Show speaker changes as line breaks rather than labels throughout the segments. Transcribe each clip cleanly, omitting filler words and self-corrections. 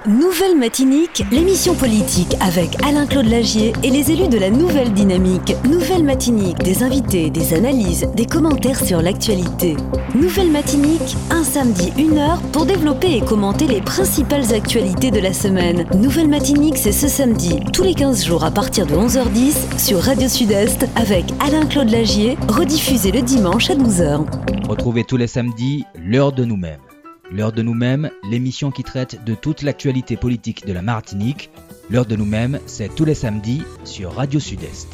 Nouvelle Matinique, l'émission politique avec Alain-Claude Lagier et les élus de la Nouvelle Dynamique. Nouvelle Matinique, des invités, des analyses, des commentaires sur l'actualité. Nouvelle Matinique, un samedi, 1h pour développer et commenter les principales actualités de la semaine. Nouvelle Matinique, c'est ce samedi, tous les 15 jours à partir de 11h10 sur Radio Sud-Est avec Alain-Claude Lagier, rediffusé le dimanche à 12h.
Retrouvez tous les samedis l'heure de nous-mêmes. L'heure de nous-mêmes, l'émission qui traite de toute l'actualité politique de la Martinique. L'heure de nous-mêmes, c'est tous les samedis sur Radio Sud-Est.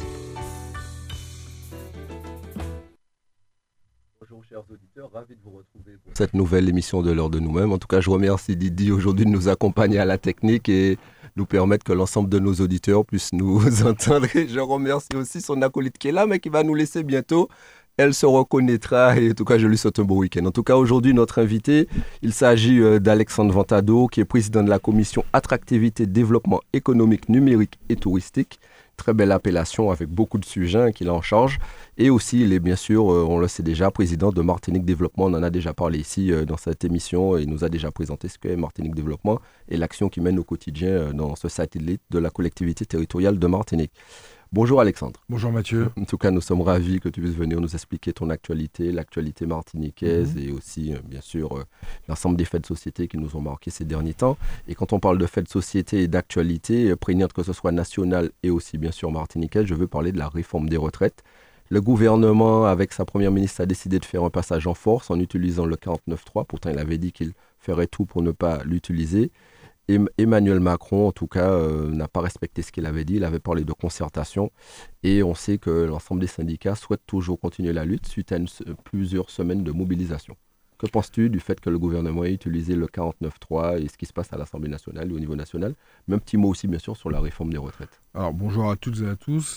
Bonjour chers auditeurs, ravi de vous retrouver pour cette nouvelle émission de l'heure de nous-mêmes. En tout cas, je remercie Didi aujourd'hui de nous accompagner à la technique et nous permettre que l'ensemble de nos auditeurs puissent nous entendre. Et je remercie aussi son acolyte qui est là, mais qui va nous laisser bientôt. Elle se reconnaîtra et en tout cas, je lui souhaite un bon week-end. En tout cas, aujourd'hui, notre invité, il s'agit d'Alexandre Ventado, qui est président de la commission Attractivité, Développement économique, numérique et touristique. Très belle appellation avec beaucoup de sujets qu'il a en charge. Et aussi, il est bien sûr, on le sait déjà, président de Martinique Développement. On en a déjà parlé ici dans cette émission. Il nous a déjà présenté ce qu'est Martinique Développement et l'action qu'il mène au quotidien dans ce satellite de la collectivité territoriale de Martinique. Bonjour Alexandre.
Bonjour Mathieu.
En tout cas, nous sommes ravis que tu puisses venir nous expliquer ton actualité, l'actualité martiniquaise et aussi, bien sûr, l'ensemble des faits de société qui nous ont marqués ces derniers temps. Et quand on parle de faits de société et d'actualité, prégnante que ce soit nationale et aussi, bien sûr, martiniquaise, je veux parler de la réforme des retraites. Le gouvernement, avec sa première ministre, a décidé de faire un passage en force en utilisant le 49.3. Pourtant, il avait dit qu'il ferait tout pour ne pas l'utiliser. Emmanuel Macron, en tout cas, n'a pas respecté ce qu'il avait dit. Il avait parlé de concertation et on sait que l'ensemble des syndicats souhaitent toujours continuer la lutte suite à plusieurs semaines de mobilisation. Que penses-tu du fait que le gouvernement ait utilisé le 49.3 et ce qui se passe à l'Assemblée nationale et au niveau national? Même petit mot aussi, bien sûr, sur la réforme des retraites.
Alors, bonjour à toutes et à tous.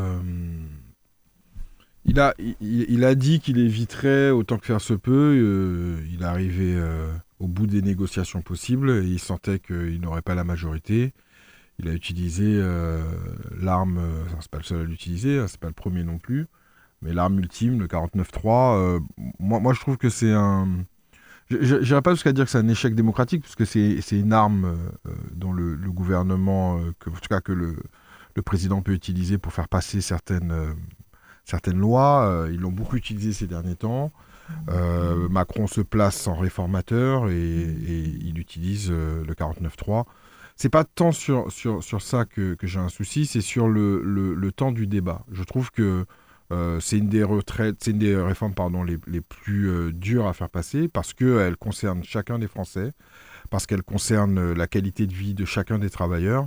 Il a dit qu'il éviterait autant que faire se peut. Il est arrivé au bout des négociations possibles et il sentait qu'il n'aurait pas la majorité. Il a utilisé l'arme, c'est pas le seul à l'utiliser, c'est pas le premier non plus, mais l'arme ultime, le 49.3. Moi, je trouve que c'est un... Je n'irai pas jusqu'à dire que c'est un échec démocratique, parce que c'est une arme dont le gouvernement, en tout cas que le président peut utiliser pour faire passer certaines lois. Ils l'ont beaucoup utilisé ces derniers temps. Macron se place en réformateur et il utilise le 49.3. C'est pas tant sur ça que j'ai un souci, c'est sur le temps du débat. Je trouve que c'est une des réformes les plus dures à faire passer parce qu'elle concerne chacun des Français, parce qu'elle concerne la qualité de vie de chacun des travailleurs.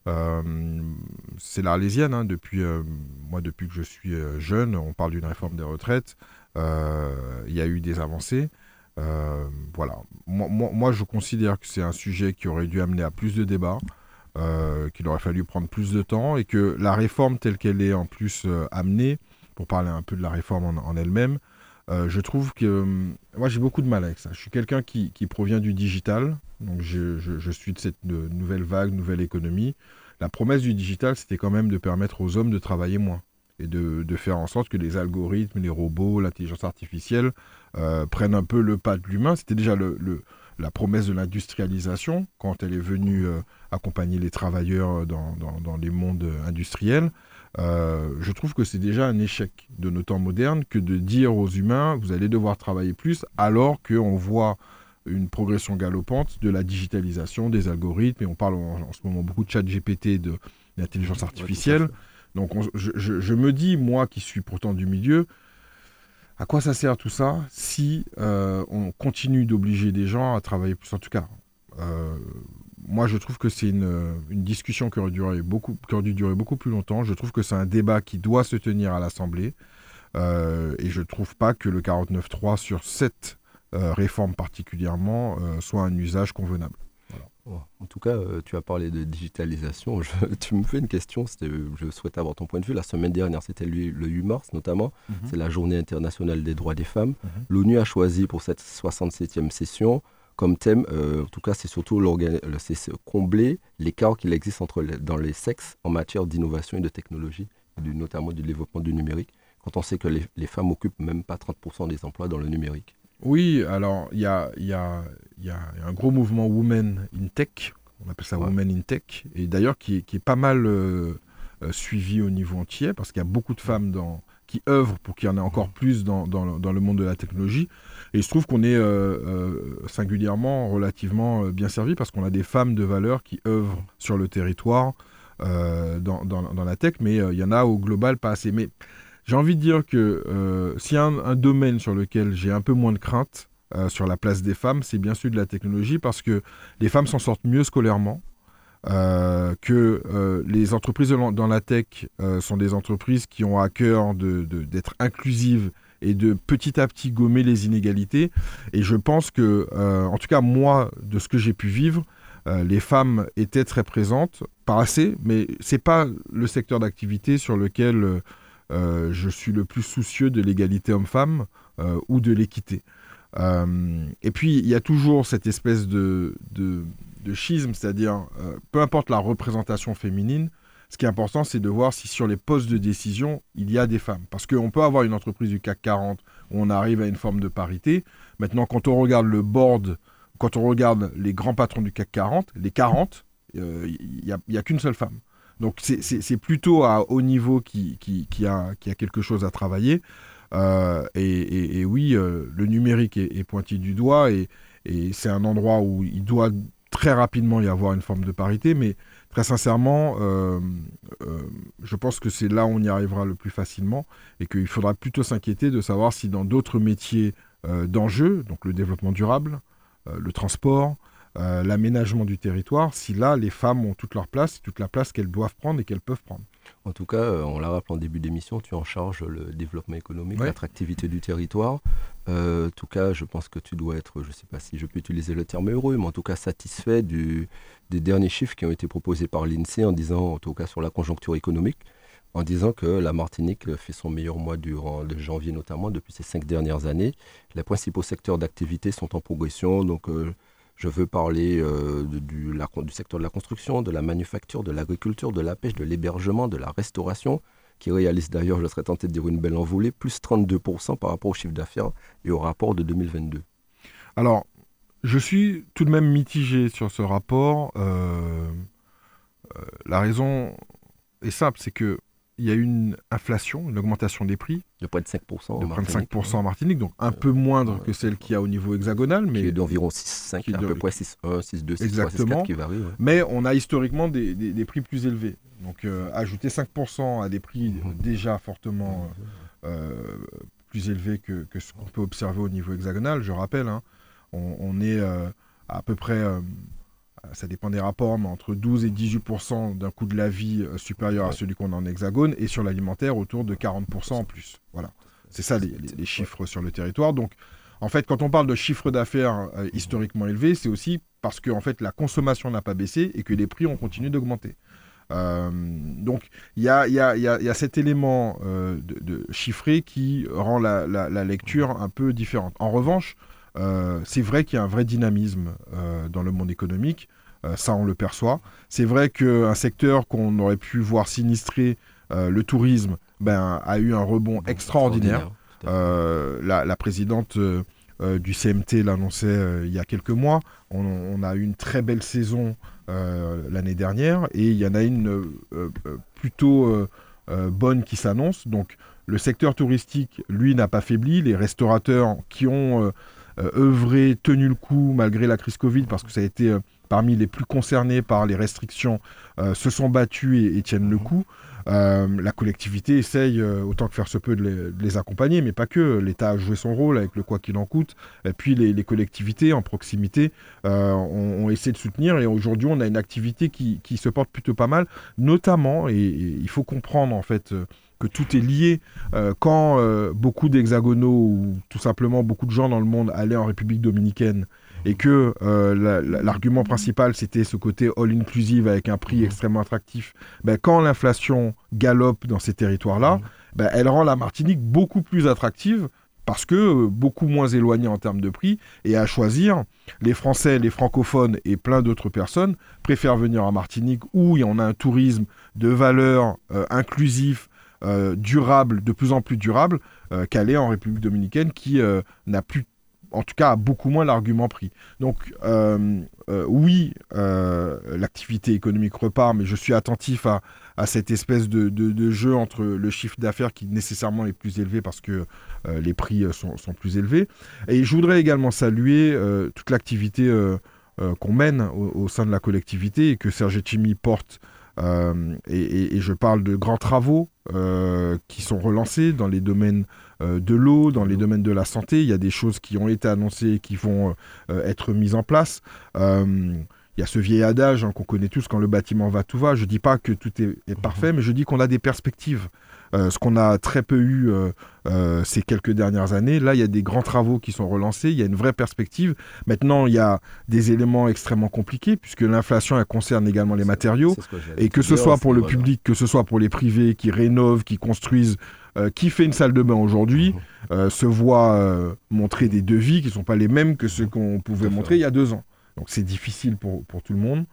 C'est l'Arlésienne, depuis que je suis jeune, on parle d'une réforme des retraites. Il y a eu des avancées. Voilà. Moi, je considère que c'est un sujet qui aurait dû amener à plus de débats, qu'il aurait fallu prendre plus de temps et que la réforme telle qu'elle est en plus amenée, pour parler un peu de la réforme en elle-même, je trouve que... moi, j'ai beaucoup de mal avec ça. Je suis quelqu'un qui provient du digital, donc je suis de cette nouvelle vague, nouvelle économie. La promesse du digital, c'était quand même de permettre aux hommes de travailler moins et de faire en sorte que les algorithmes, les robots, l'intelligence artificielle prennent un peu le pas de l'humain. C'était déjà la promesse de l'industrialisation quand elle est venue accompagner les travailleurs dans les mondes industriels. Je trouve que c'est déjà un échec de nos temps modernes que de dire aux humains vous allez devoir travailler plus alors qu'on voit une progression galopante de la digitalisation, des algorithmes, et on parle en ce moment beaucoup de ChatGPT, de l'intelligence artificielle. Donc je me dis, moi qui suis pourtant du milieu, à quoi ça sert tout ça si on continue d'obliger des gens à travailler plus? En tout cas, moi je trouve que c'est une discussion qui aurait dû durer beaucoup plus longtemps. Je trouve que c'est un débat qui doit se tenir à l'Assemblée et je ne trouve pas que le 49.3 sur cette réforme particulièrement soit un usage convenable. Voilà.
En tout cas, tu as parlé de digitalisation. Tu me fais une question, je souhaite avoir ton point de vue. La semaine dernière, c'était le 8 mars notamment. C'est la journée internationale des droits des femmes. L'ONU a choisi pour cette 67e session comme thème, en tout cas, c'est surtout c'est combler l'écart qu'il existe dans les sexes en matière d'innovation et de technologie, notamment du développement du numérique, quand on sait que les femmes occupent même pas 30% des emplois dans le numérique.
Oui, alors il y a un gros mouvement Women in Tech on appelle ça Women in Tech, et d'ailleurs qui est pas mal suivi au niveau entier, parce qu'il y a beaucoup de femmes qui œuvrent pour qu'il y en ait encore plus dans le monde de la technologie. Et il se trouve qu'on est singulièrement relativement bien servi, parce qu'on a des femmes de valeur qui œuvrent sur le territoire dans la tech, mais il y en a au global pas assez. Mais j'ai envie de dire que s'il y a un domaine sur lequel j'ai un peu moins de crainte sur la place des femmes, c'est bien sûr de la technologie, parce que les femmes s'en sortent mieux scolairement, que les entreprises dans la tech sont des entreprises qui ont à cœur d'être inclusives et de petit à petit gommer les inégalités. Et je pense que, en tout cas moi, de ce que j'ai pu vivre, les femmes étaient très présentes, pas assez, mais c'est pas le secteur d'activité sur lequel je suis le plus soucieux de l'égalité homme-femme ou de l'équité. Et puis il y a toujours cette espèce de schisme, c'est-à-dire peu importe la représentation féminine, ce qui est important, c'est de voir si sur les postes de décision, il y a des femmes. Parce qu'on peut avoir une entreprise du CAC 40 où on arrive à une forme de parité. Maintenant, quand on regarde le board, quand on regarde les grands patrons du CAC 40, les 40, il n'y a qu'une seule femme. Donc c'est plutôt à haut niveau qui a quelque chose à travailler. Et oui, le numérique est pointé du doigt, et c'est un endroit où il doit très rapidement y avoir une forme de parité, mais très sincèrement, je pense que c'est là où on y arrivera le plus facilement, et qu'il faudra plutôt s'inquiéter de savoir si dans d'autres métiers d'enjeu, donc le développement durable, le transport, l'aménagement du territoire, si là les femmes ont toute leur place, toute la place qu'elles doivent prendre et qu'elles peuvent prendre.
En tout cas, on l'a rappelé en début d'émission, tu es en charge le développement économique, l'attractivité du territoire. En tout cas, je pense que tu dois être, je ne sais pas si je peux utiliser le terme heureux, mais en tout cas satisfait des derniers chiffres qui ont été proposés par l'INSEE, en disant, en tout cas sur la conjoncture économique, en disant que la Martinique fait son meilleur mois durant le janvier notamment, depuis ces 5 dernières années. Les principaux secteurs d'activité sont en progression, donc je veux parler du secteur de la construction, de la manufacture, de l'agriculture, de la pêche, de l'hébergement, de la restauration, qui réalise d'ailleurs, je serais tenté de dire, une belle envolée, plus 32% par rapport au chiffre d'affaires et au rapport de 2022.
Alors, je suis tout de même mitigé sur ce rapport. La raison est simple, c'est que il y a une inflation, une augmentation des prix.
De près de 5%.
De près de 5% en Martinique, donc un peu moindre que celle qu'il y a au niveau hexagonal. Mais
qui est d'environ 6,5, à peu près 6,1, 6,2, 6,3, 6,4 qui varie. Ouais.
Mais on a historiquement des prix plus élevés. Donc ajouter 5% à des prix déjà fortement plus élevés que ce qu'on peut observer au niveau hexagonal, je rappelle, on est à peu près... ça dépend des rapports, mais entre 12 et 18% d'un coût de la vie supérieur à celui qu'on a en hexagone, et sur l'alimentaire autour de 40% en plus. Voilà. C'est ça les chiffres sur le territoire. Donc, en fait, quand on parle de chiffre d'affaires historiquement élevé, c'est aussi parce que en fait, la consommation n'a pas baissé et que les prix ont continué d'augmenter. Donc, il y a cet élément de chiffré qui rend la lecture un peu différente. En revanche, c'est vrai qu'il y a un vrai dynamisme dans le monde économique, ça on le perçoit. C'est vrai qu'un secteur qu'on aurait pu voir sinistrer, le tourisme, a eu un rebond extraordinaire. La présidente du CMT l'annonçait il y a quelques mois. On a eu une très belle saison l'année dernière, et il y en a une plutôt bonne qui s'annonce. Donc le secteur touristique, lui, n'a pas faibli. Les restaurateurs qui ont... œuvré, tenu le coup malgré la crise Covid, parce que ça a été parmi les plus concernés par les restrictions, se sont battus et tiennent le coup. La collectivité essaye autant que faire se peut de les accompagner, mais pas que. L'État a joué son rôle avec le quoi qu'il en coûte. Et puis les collectivités en proximité ont essayé de soutenir, et aujourd'hui on a une activité qui se porte plutôt pas mal, notamment, et il faut comprendre en fait que tout est lié. Quand beaucoup d'hexagonaux ou tout simplement beaucoup de gens dans le monde allaient en République dominicaine, et que l'argument principal c'était ce côté all-inclusive avec un prix extrêmement attractif, quand l'inflation galope dans ces territoires-là, elle rend la Martinique beaucoup plus attractive, parce que beaucoup moins éloignée en termes de prix, et à choisir, les Français, les francophones et plein d'autres personnes préfèrent venir en Martinique, où on a un tourisme de valeur inclusif, durable, de plus en plus durable, qu'aller en République dominicaine, qui n'a plus en tout cas, a beaucoup moins l'argument prix. Donc, oui, l'activité économique repart, mais je suis attentif à cette espèce de jeu entre le chiffre d'affaires qui nécessairement est plus élevé parce que les prix sont plus élevés. Et je voudrais également saluer toute l'activité qu'on mène au sein de la collectivité et que Sergetchimi porte. Et je parle de grands travaux qui sont relancés dans les domaines de l'eau, dans les domaines de la santé. Il y a des choses qui ont été annoncées et qui vont être mises en place. Il y a ce vieil adage qu'on connaît tous, quand le bâtiment va, tout va. Je ne dis pas que tout est parfait, mais je dis qu'on a des perspectives. Ce qu'on a très peu eu ces quelques dernières années. Là, il y a des grands travaux qui sont relancés, il y a une vraie perspective. Maintenant, il y a des éléments extrêmement compliqués, puisque l'inflation, elle concerne également les matériaux. Et que ce soit pour le public, que ce soit pour les privés qui rénovent, qui construisent, qui fait une salle de bain aujourd'hui, se voit montrer des devis qui ne sont pas les mêmes que ceux qu'on pouvait montrer il y a 2 ans. Donc c'est difficile pour tout le monde.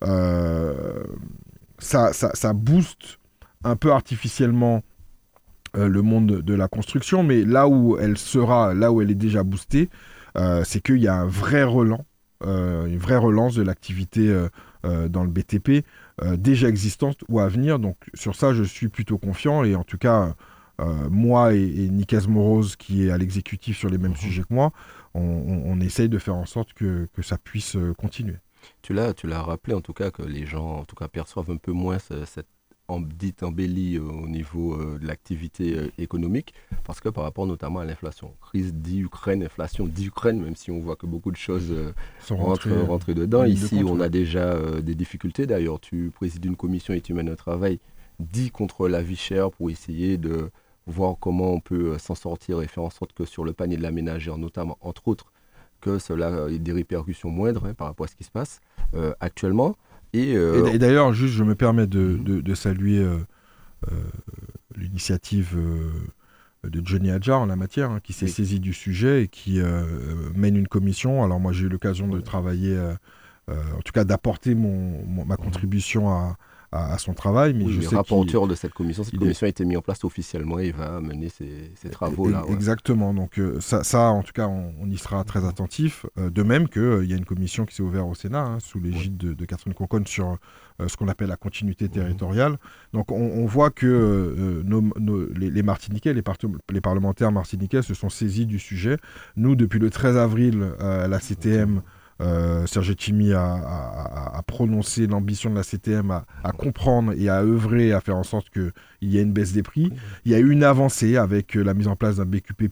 Ça booste un peu artificiellement le monde de la construction, mais là où elle est déjà boostée, c'est qu'il y a un vrai une vraie relance de l'activité dans le BTP déjà existante ou à venir. Donc sur ça, je suis plutôt confiant et en tout cas, moi et Nikes Moroz, qui est à l'exécutif sur les mêmes sujets que moi, on essaye de faire en sorte que ça puisse continuer.
Tu l'as rappelé en tout cas que les gens en tout cas perçoivent un peu moins cette dite embellie au niveau de l'activité économique, parce que par rapport notamment à l'inflation. Crise dit Ukraine, inflation dit Ukraine, même si on voit que beaucoup de choses sont rentrées dedans. Ici, on a déjà des difficultés. D'ailleurs, tu présides une commission et tu mènes un travail dit contre la vie chère pour essayer de voir comment on peut s'en sortir et faire en sorte que sur le panier de la ménagère, notamment, entre autres, que cela ait des répercussions moindres par rapport à ce qui se passe actuellement. Et
d'ailleurs, juste, je me permets de saluer l'initiative de Johnny Hadjar en la matière, qui s'est saisi du sujet et qui mène une commission. Alors moi, j'ai eu l'occasion de travailler, en tout cas d'apporter ma contribution à son travail. Mais je sais
rapporteur de cette commission a été mise en place officiellement et va mener ces travaux-là.
Exactement. Donc ça, en tout cas, on y sera très attentif. De même qu'il y a une commission qui s'est ouverte au Sénat, sous l'égide de Catherine Conconne, sur ce qu'on appelle la continuité territoriale. Donc on voit que les Martiniquais, les parlementaires martiniquais se sont saisis du sujet. Nous, depuis le 13 avril, la CTM... Sergetchimi a prononcé l'ambition de la CTM à comprendre et à œuvrer, à faire en sorte qu'il y ait une baisse des prix. Il y a eu une avancée avec la mise en place d'un BQP+,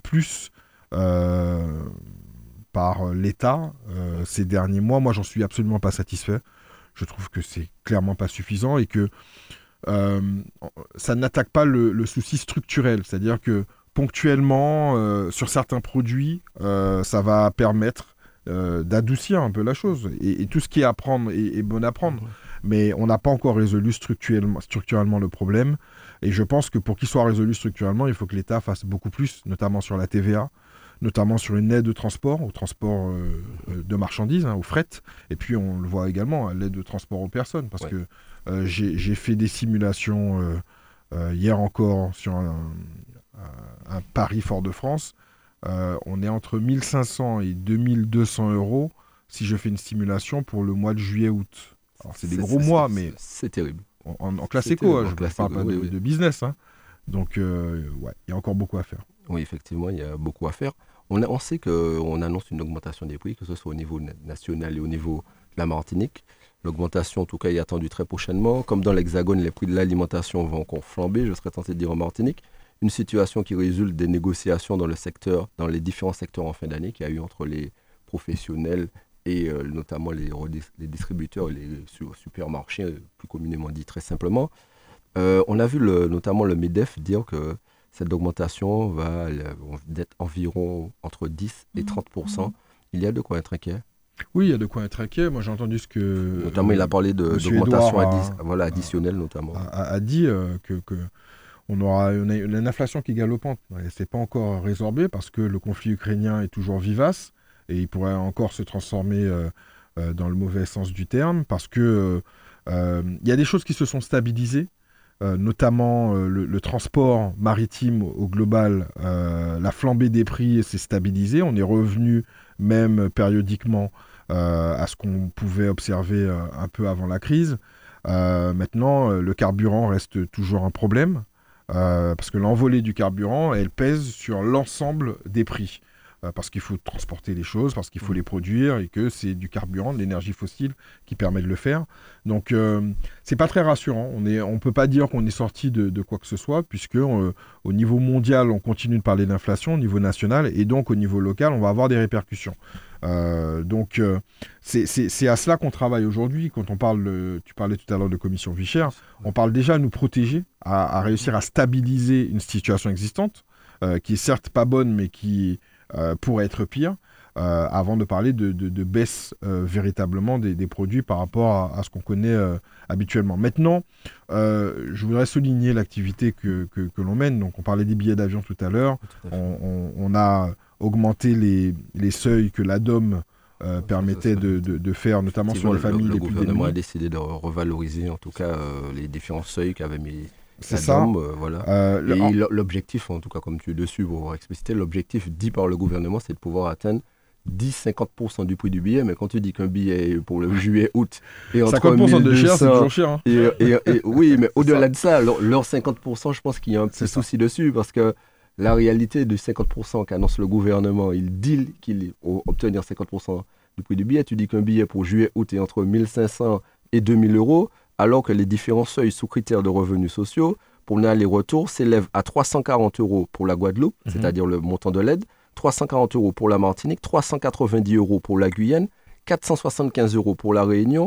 par l'État ces derniers mois. Moi, j'en suis absolument pas satisfait. Je trouve que c'est clairement pas suffisant et que ça n'attaque pas le souci structurel. C'est-à-dire que ponctuellement, sur certains produits, ça va permettre d'adoucir un peu la chose. Et tout ce qui est à prendre est bon à prendre. Mais on n'a pas encore résolu structurellement le problème. Et je pense que pour qu'il soit résolu structurellement, il faut que l'État fasse beaucoup plus, notamment sur la TVA, notamment sur une aide au transport de marchandises, au fret. Et puis on le voit également, l'aide de transport aux personnes. Parce que j'ai fait des simulations hier encore sur un Paris-Fort-de-France. On est entre 1500 et 2200 euros si je fais une stimulation pour le mois de juillet-août. Alors c'est des gros mois, mais...
C'est terrible.
En classe éco, je ne parle pas de business. Donc, il y a encore beaucoup à faire.
Oui, effectivement, il y a beaucoup à faire. On sait qu'on annonce une augmentation des prix, que ce soit au niveau national et au niveau de la Martinique. L'augmentation, en tout cas, est attendue très prochainement. Comme dans l'Hexagone, les prix de l'alimentation vont encore flamber, je serais tenté de dire en Martinique. Une situation qui résulte des négociations dans les différents secteurs en fin d'année qu'il y a eu entre les professionnels et notamment les distributeurs et les supermarchés, plus communément dit très simplement. On a vu notamment le MEDEF dire que cette augmentation va être environ entre 10 et 30%. Il y a de quoi être inquiet.
Oui, il y a de quoi être inquiet. Moi, j'ai entendu ce que...
Notamment, il a parlé d'augmentation additionnelle, notamment.
A dit que on a une inflation qui est galopante. Ce n'est pas encore résorbé parce que le conflit ukrainien est toujours vivace et il pourrait encore se transformer dans le mauvais sens du terme parce que y a des choses qui se sont stabilisées, notamment le transport maritime au global, la flambée des prix s'est stabilisée. On est revenu même périodiquement à ce qu'on pouvait observer un peu avant la crise. Maintenant, le carburant reste toujours un problème parce que l'envolée du carburant, elle pèse sur l'ensemble des prix. Parce qu'il faut transporter les choses, parce qu'il faut les produire et que c'est du carburant, de l'énergie fossile qui permet de le faire. Donc, c'est pas très rassurant. On peut pas dire qu'on est sorti de quoi que ce soit puisque au niveau mondial, on continue de parler d'inflation, au niveau national et donc au niveau local, on va avoir des répercussions. Donc, c'est à cela qu'on travaille aujourd'hui. Quand on parle, tu parlais tout à l'heure de commission Vichère, on parle déjà de nous protéger, à réussir à stabiliser une situation existante qui est certes pas bonne, mais qui pourrait être pire, avant de parler de baisse véritablement des produits par rapport à ce qu'on connaît habituellement. Maintenant, je voudrais souligner l'activité que l'on mène. Donc, on parlait des billets d'avion tout à l'heure. On a augmenté les seuils que l'ADOM permettait de faire, notamment sur les familles les plus démunies. Le
gouvernement a décidé de revaloriser, en tout cas, les différents seuils qu'avait mis...
C'est ça.
Voilà. L'objectif, en tout cas, comme tu es dessus pour expliciter, l'objectif dit par le gouvernement, c'est de pouvoir atteindre 10-50% du prix du billet. Mais quand tu dis qu'un billet pour le juillet-août est entre
50% de cher, c'est toujours cher. Hein.
Oui, mais au-delà de ça, leur 50%, je pense qu'il y a un petit souci dessus parce que la réalité de 50% qu'annonce le gouvernement, il dit qu'il obtenir 50% du prix du billet. Tu dis qu'un billet pour juillet-août est entre 1500 et 2000 euros. Alors que les différents seuils sous critères de revenus sociaux pour l'aller-retour s'élèvent à 340 euros pour la Guadeloupe, c'est-à-dire le montant de l'aide, 340 euros pour la Martinique, 390 euros pour la Guyane, 475 euros pour la Réunion,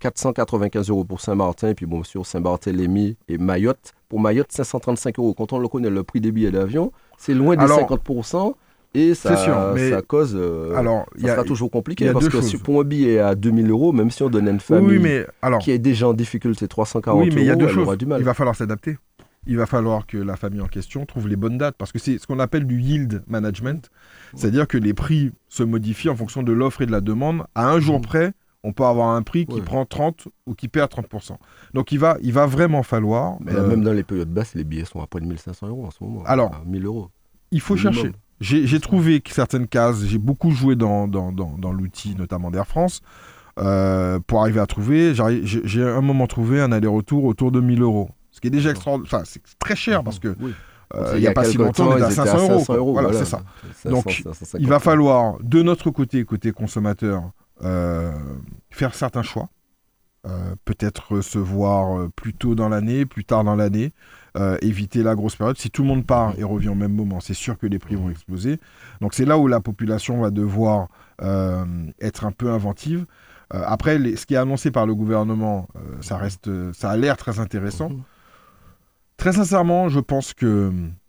495 euros pour Saint-Martin, et puis bon, sur Saint-Barthélemy et Mayotte. Pour Mayotte, 535 euros. Quand on le connaît, le prix des billets d'avion, c'est loin des 50%. Et ça cause. Ça sera toujours compliqué parce que pour un billet à 2000 euros, même si on donnait une famille qui est déjà en difficulté 340 euros, elle aura du mal.
Il va falloir s'adapter. Il va falloir que la famille en question trouve les bonnes dates parce que c'est ce qu'on appelle du yield management. C'est-à-dire que les prix se modifient en fonction de l'offre et de la demande. À un jour près, on peut avoir un prix qui prend 30 ou qui perd 30%. Donc il va vraiment falloir.
Mais même dans les périodes basses, les billets sont à près de 1500 euros en ce moment.
Alors,
à 1000 euros.
Il faut chercher. J'ai trouvé certaines cases, j'ai beaucoup joué dans l'outil, notamment d'Air France, pour arriver à trouver, j'ai à un moment trouvé un aller-retour autour de 1000 euros. Ce qui est déjà extraordinaire, enfin c'est très cher parce que il n'y a pas si longtemps, on était à 500 euros. Voilà, c'est ça. 500, donc 550, il va falloir, de notre côté consommateur, faire certains choix. Peut-être recevoir plus tôt dans l'année, plus tard dans l'année, éviter la grosse période. Si tout le monde part et revient au même moment, c'est sûr que les prix vont exploser. Donc c'est là où la population va devoir être un peu inventive. Après, ce qui est annoncé par le gouvernement, ça a l'air très intéressant. Très sincèrement, je pense que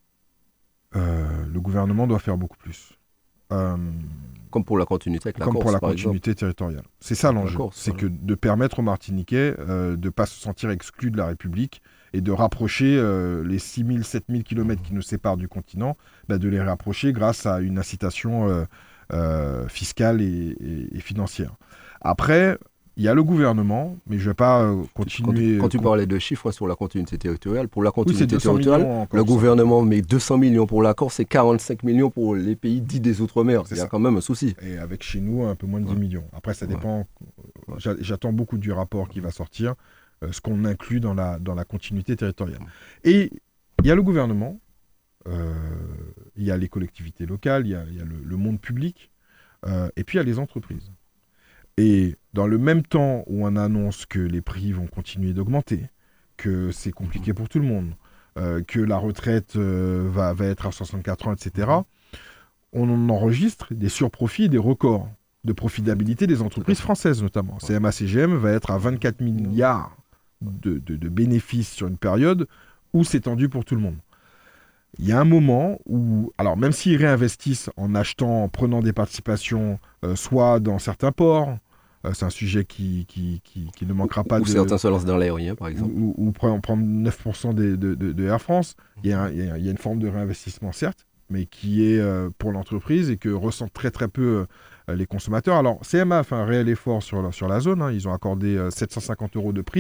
le gouvernement doit faire beaucoup plus.
Comme pour la continuité avec la Corse,
comme pour la continuité territoriale. C'est ça l'enjeu. C'est que de permettre aux Martiniquais de ne pas se sentir exclus de la République et de rapprocher les 6000, 7000 km qui nous séparent du continent, de les rapprocher grâce à une incitation fiscale et financière. Après, il y a le gouvernement, mais je ne vais pas continuer...
Quand tu parlais de chiffres sur la continuité territoriale, pour la continuité territoriale, le gouvernement met 200 millions pour la Corse et 45 millions pour les pays dits des Outre-mer. Il y a quand même un souci.
Et avec chez nous, un peu moins de 10 millions. Après, ça dépend. J'attends beaucoup du rapport qui va sortir, ce qu'on inclut dans la continuité territoriale. Et il y a le gouvernement, il y a les collectivités locales, il y a le monde public, et puis il y a les entreprises. Et dans le même temps où on annonce que les prix vont continuer d'augmenter, que c'est compliqué pour tout le monde, que la retraite va être à 64 ans, etc., on enregistre des surprofits et des records de profitabilité des entreprises françaises notamment. CMA-CGM va être à 24 milliards de bénéfices sur une période où c'est tendu pour tout le monde. Il y a un moment où, alors même s'ils réinvestissent en achetant, en prenant des participations, soit dans certains ports, c'est un sujet qui ne manquera pas
de... certains se lancent dans l'aérien, par exemple.
Ou prendre 9% de Air France. Il y a une forme de réinvestissement, certes, mais qui est pour l'entreprise et que ressentent très très peu les consommateurs. Alors, CMA a fait un réel effort sur la zone. Ils ont accordé 750 € de primes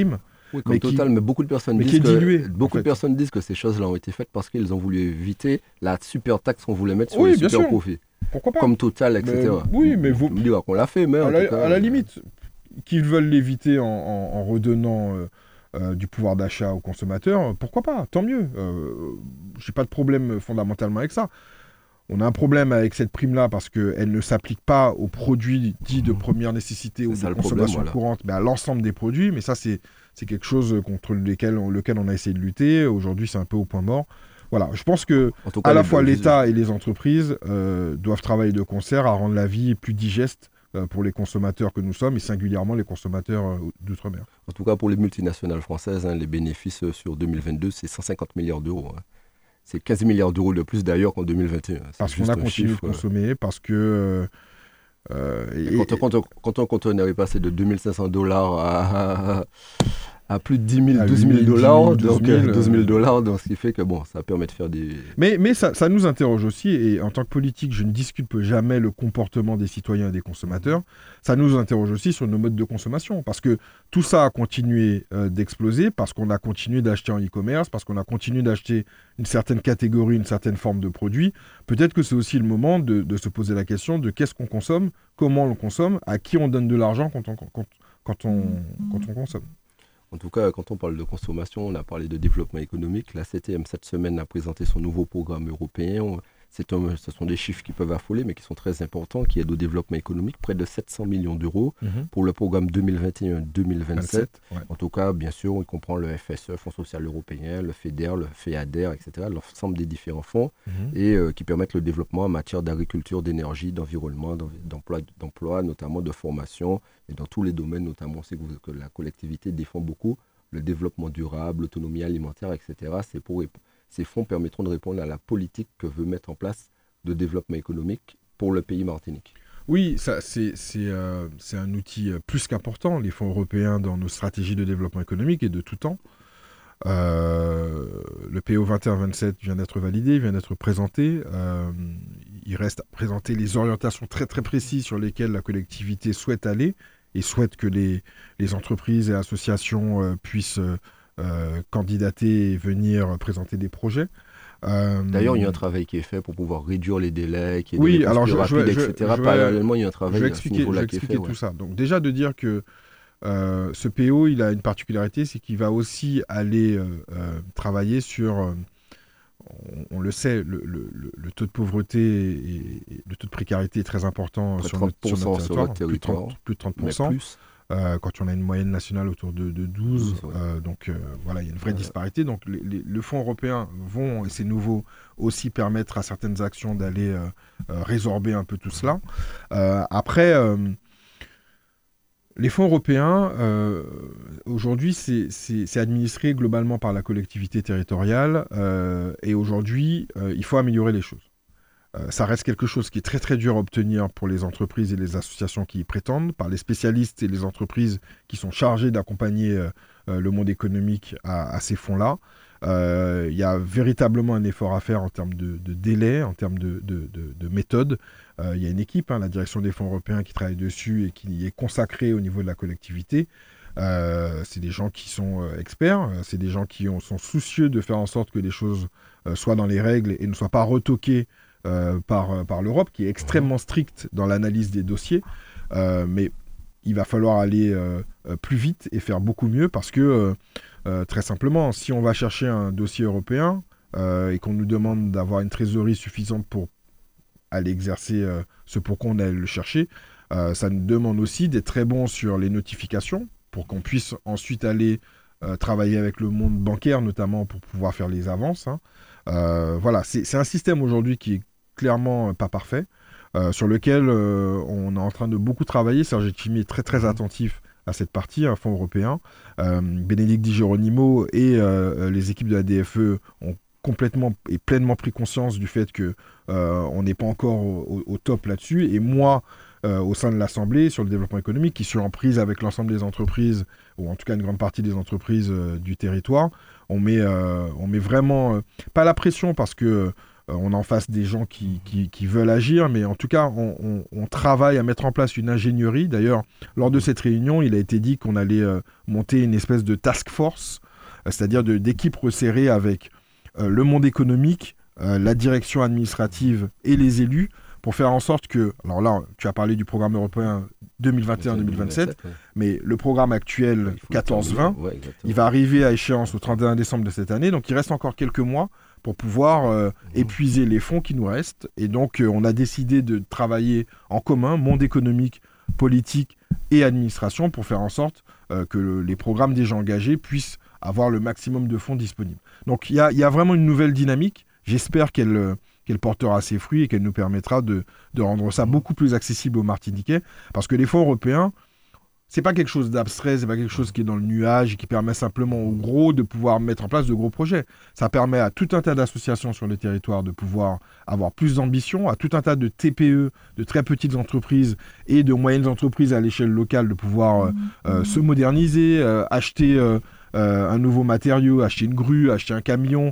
Oui, comme Total, mais beaucoup de personnes disent que ces choses-là ont été faites parce qu'ils ont voulu éviter la super taxe qu'on voulait mettre sur les super profits.
Pourquoi pas ?
Comme Total, etc.
Mais vous
me dire qu'on l'a fait, mais
à la limite, qu'ils veulent l'éviter en redonnant du pouvoir d'achat aux consommateurs, pourquoi pas ? Tant mieux. J'ai pas de problème fondamentalement avec ça. On a un problème avec cette prime-là parce qu'elle ne s'applique pas aux produits dits de première nécessité ou de consommation courante, mais à l'ensemble des produits. Mais ça, c'est quelque chose contre lequel on a essayé de lutter. Aujourd'hui, c'est un peu au point mort. Voilà, je pense que à la fois l'État et les entreprises doivent travailler de concert à rendre la vie plus digeste pour les consommateurs que nous sommes et singulièrement les consommateurs d'outre-mer.
En tout cas, pour les multinationales françaises, les bénéfices sur 2022, c'est 150 milliards d'euros. C'est 15 milliards d'euros de plus d'ailleurs qu'en 2021.
Parce qu'on a continué de consommer, parce que...
Quand un conteneur est passé de $2 500 à plus de 10 000, 12 000 dollars, donc 12 000 dollars, donc ce qui fait que ça permet de faire des...
Mais ça nous interroge aussi, et en tant que politique, je ne discute jamais le comportement des citoyens et des consommateurs, ça nous interroge aussi sur nos modes de consommation, parce que tout ça a continué d'exploser, parce qu'on a continué d'acheter en e-commerce, parce qu'on a continué d'acheter une certaine catégorie, une certaine forme de produit. Peut-être que c'est aussi le moment de se poser la question de qu'est-ce qu'on consomme, comment on le consomme, à qui on donne de l'argent quand on consomme.
En tout cas, quand on parle de consommation, on a parlé de développement économique. La CTM, cette semaine, a présenté son nouveau programme européen. Ce sont des chiffres qui peuvent affoler, mais qui sont très importants, qui aident au développement économique. Près de 700 millions d'euros pour le programme 2021-2027. Ouais. En tout cas, bien sûr, on comprend le FSE, Fonds social européen, le FEDER, le FEADER, etc., l'ensemble des différents fonds, et qui permettent le développement en matière d'agriculture, d'énergie, d'environnement, d'emploi, notamment de formation, et dans tous les domaines, notamment, on sait que la collectivité défend beaucoup le développement durable, l'autonomie alimentaire, etc. Ces fonds permettront de répondre à la politique que veut mettre en place de développement économique pour le pays Martinique.
Oui, c'est un outil plus qu'important, les fonds européens, dans nos stratégies de développement économique et de tout temps. Le PO 21-27 vient d'être validé, vient d'être présenté. Il reste à présenter les orientations très très précises sur lesquelles la collectivité souhaite aller et souhaite que les entreprises et associations puissent candidater et venir présenter des projets.
D'ailleurs, il y a un travail qui est fait pour pouvoir réduire les délais, qui est plus rapide, etc. Parallèlement, il y a un travail à ce niveau-là qui est fait.
Je vais expliquer tout ça. Donc déjà, de dire que ce PO, il a une particularité, c'est qu'il va aussi aller travailler sur... On le sait, le taux de pauvreté et le taux de précarité est très important sur notre territoire, plus de 30%. Quand on a une moyenne nationale autour de 12, donc voilà, il y a une vraie disparité. Donc le fonds européen vont, et c'est nouveau, aussi permettre à certaines actions d'aller résorber un peu tout cela. Après, les fonds européens, aujourd'hui, c'est administré globalement par la collectivité territoriale, et aujourd'hui, il faut améliorer les choses. Ça reste quelque chose qui est très très dur à obtenir pour les entreprises et les associations qui y prétendent, par les spécialistes et les entreprises qui sont chargés d'accompagner le monde économique à ces fonds-là. Il y a véritablement un effort à faire en termes de délai, en termes de méthode. Il y a une équipe, la direction des fonds européens, qui travaille dessus et qui est consacrée au niveau de la collectivité. C'est des gens qui sont experts, c'est des gens qui sont soucieux de faire en sorte que les choses soient dans les règles et ne soient pas retoquées par l'Europe, qui est extrêmement stricte dans l'analyse des dossiers. Mais il va falloir aller plus vite et faire beaucoup mieux parce que, très simplement, si on va chercher un dossier européen et qu'on nous demande d'avoir une trésorerie suffisante pour aller exercer ce pourquoi on allait le chercher, ça nous demande aussi d'être très bons sur les notifications pour qu'on puisse ensuite aller travailler avec le monde bancaire, notamment pour pouvoir faire les avances. Voilà, c'est un système aujourd'hui qui est clairement pas parfait, sur lequel on est en train de beaucoup travailler. Serge Etchimi est très très attentif à cette partie, un fonds européen. Bénédicte Di Geronimo et les équipes de la DFE ont complètement et pleinement pris conscience du fait qu'on n'est pas encore au top là-dessus. Et moi, au sein de l'Assemblée, sur le développement économique, qui suis en prise avec l'ensemble des entreprises, ou en tout cas une grande partie des entreprises du territoire, on met vraiment, pas la pression parce que on a en face des gens qui veulent agir, mais en tout cas, on travaille à mettre en place une ingénierie. D'ailleurs, lors de cette réunion, il a été dit qu'on allait monter une espèce de task force, c'est-à-dire d'équipes resserrées avec le monde économique, la direction administrative et les élus, pour faire en sorte que, alors là, tu as parlé du programme européen 2021-2027, mais le programme actuel 14-20, il va arriver à échéance au 31 décembre de cette année, donc il reste encore quelques mois pour pouvoir épuiser les fonds qui nous restent. Et donc, on a décidé de travailler en commun, monde économique, politique et administration, pour faire en sorte que les programmes déjà engagés puissent avoir le maximum de fonds disponibles. Donc, il y a vraiment une nouvelle dynamique. J'espère qu'elle portera ses fruits et qu'elle nous permettra de rendre ça beaucoup plus accessible aux Martiniquais. Parce que les fonds européens, c'est pas quelque chose d'abstrait, c'est pas quelque chose qui est dans le nuage et qui permet simplement aux gros de pouvoir mettre en place de gros projets. Ça permet à tout un tas d'associations sur le territoire de pouvoir avoir plus d'ambition, à tout un tas de TPE, de très petites entreprises et de moyennes entreprises à l'échelle locale de pouvoir se moderniser, acheter un nouveau matériau, acheter une grue, acheter un camion,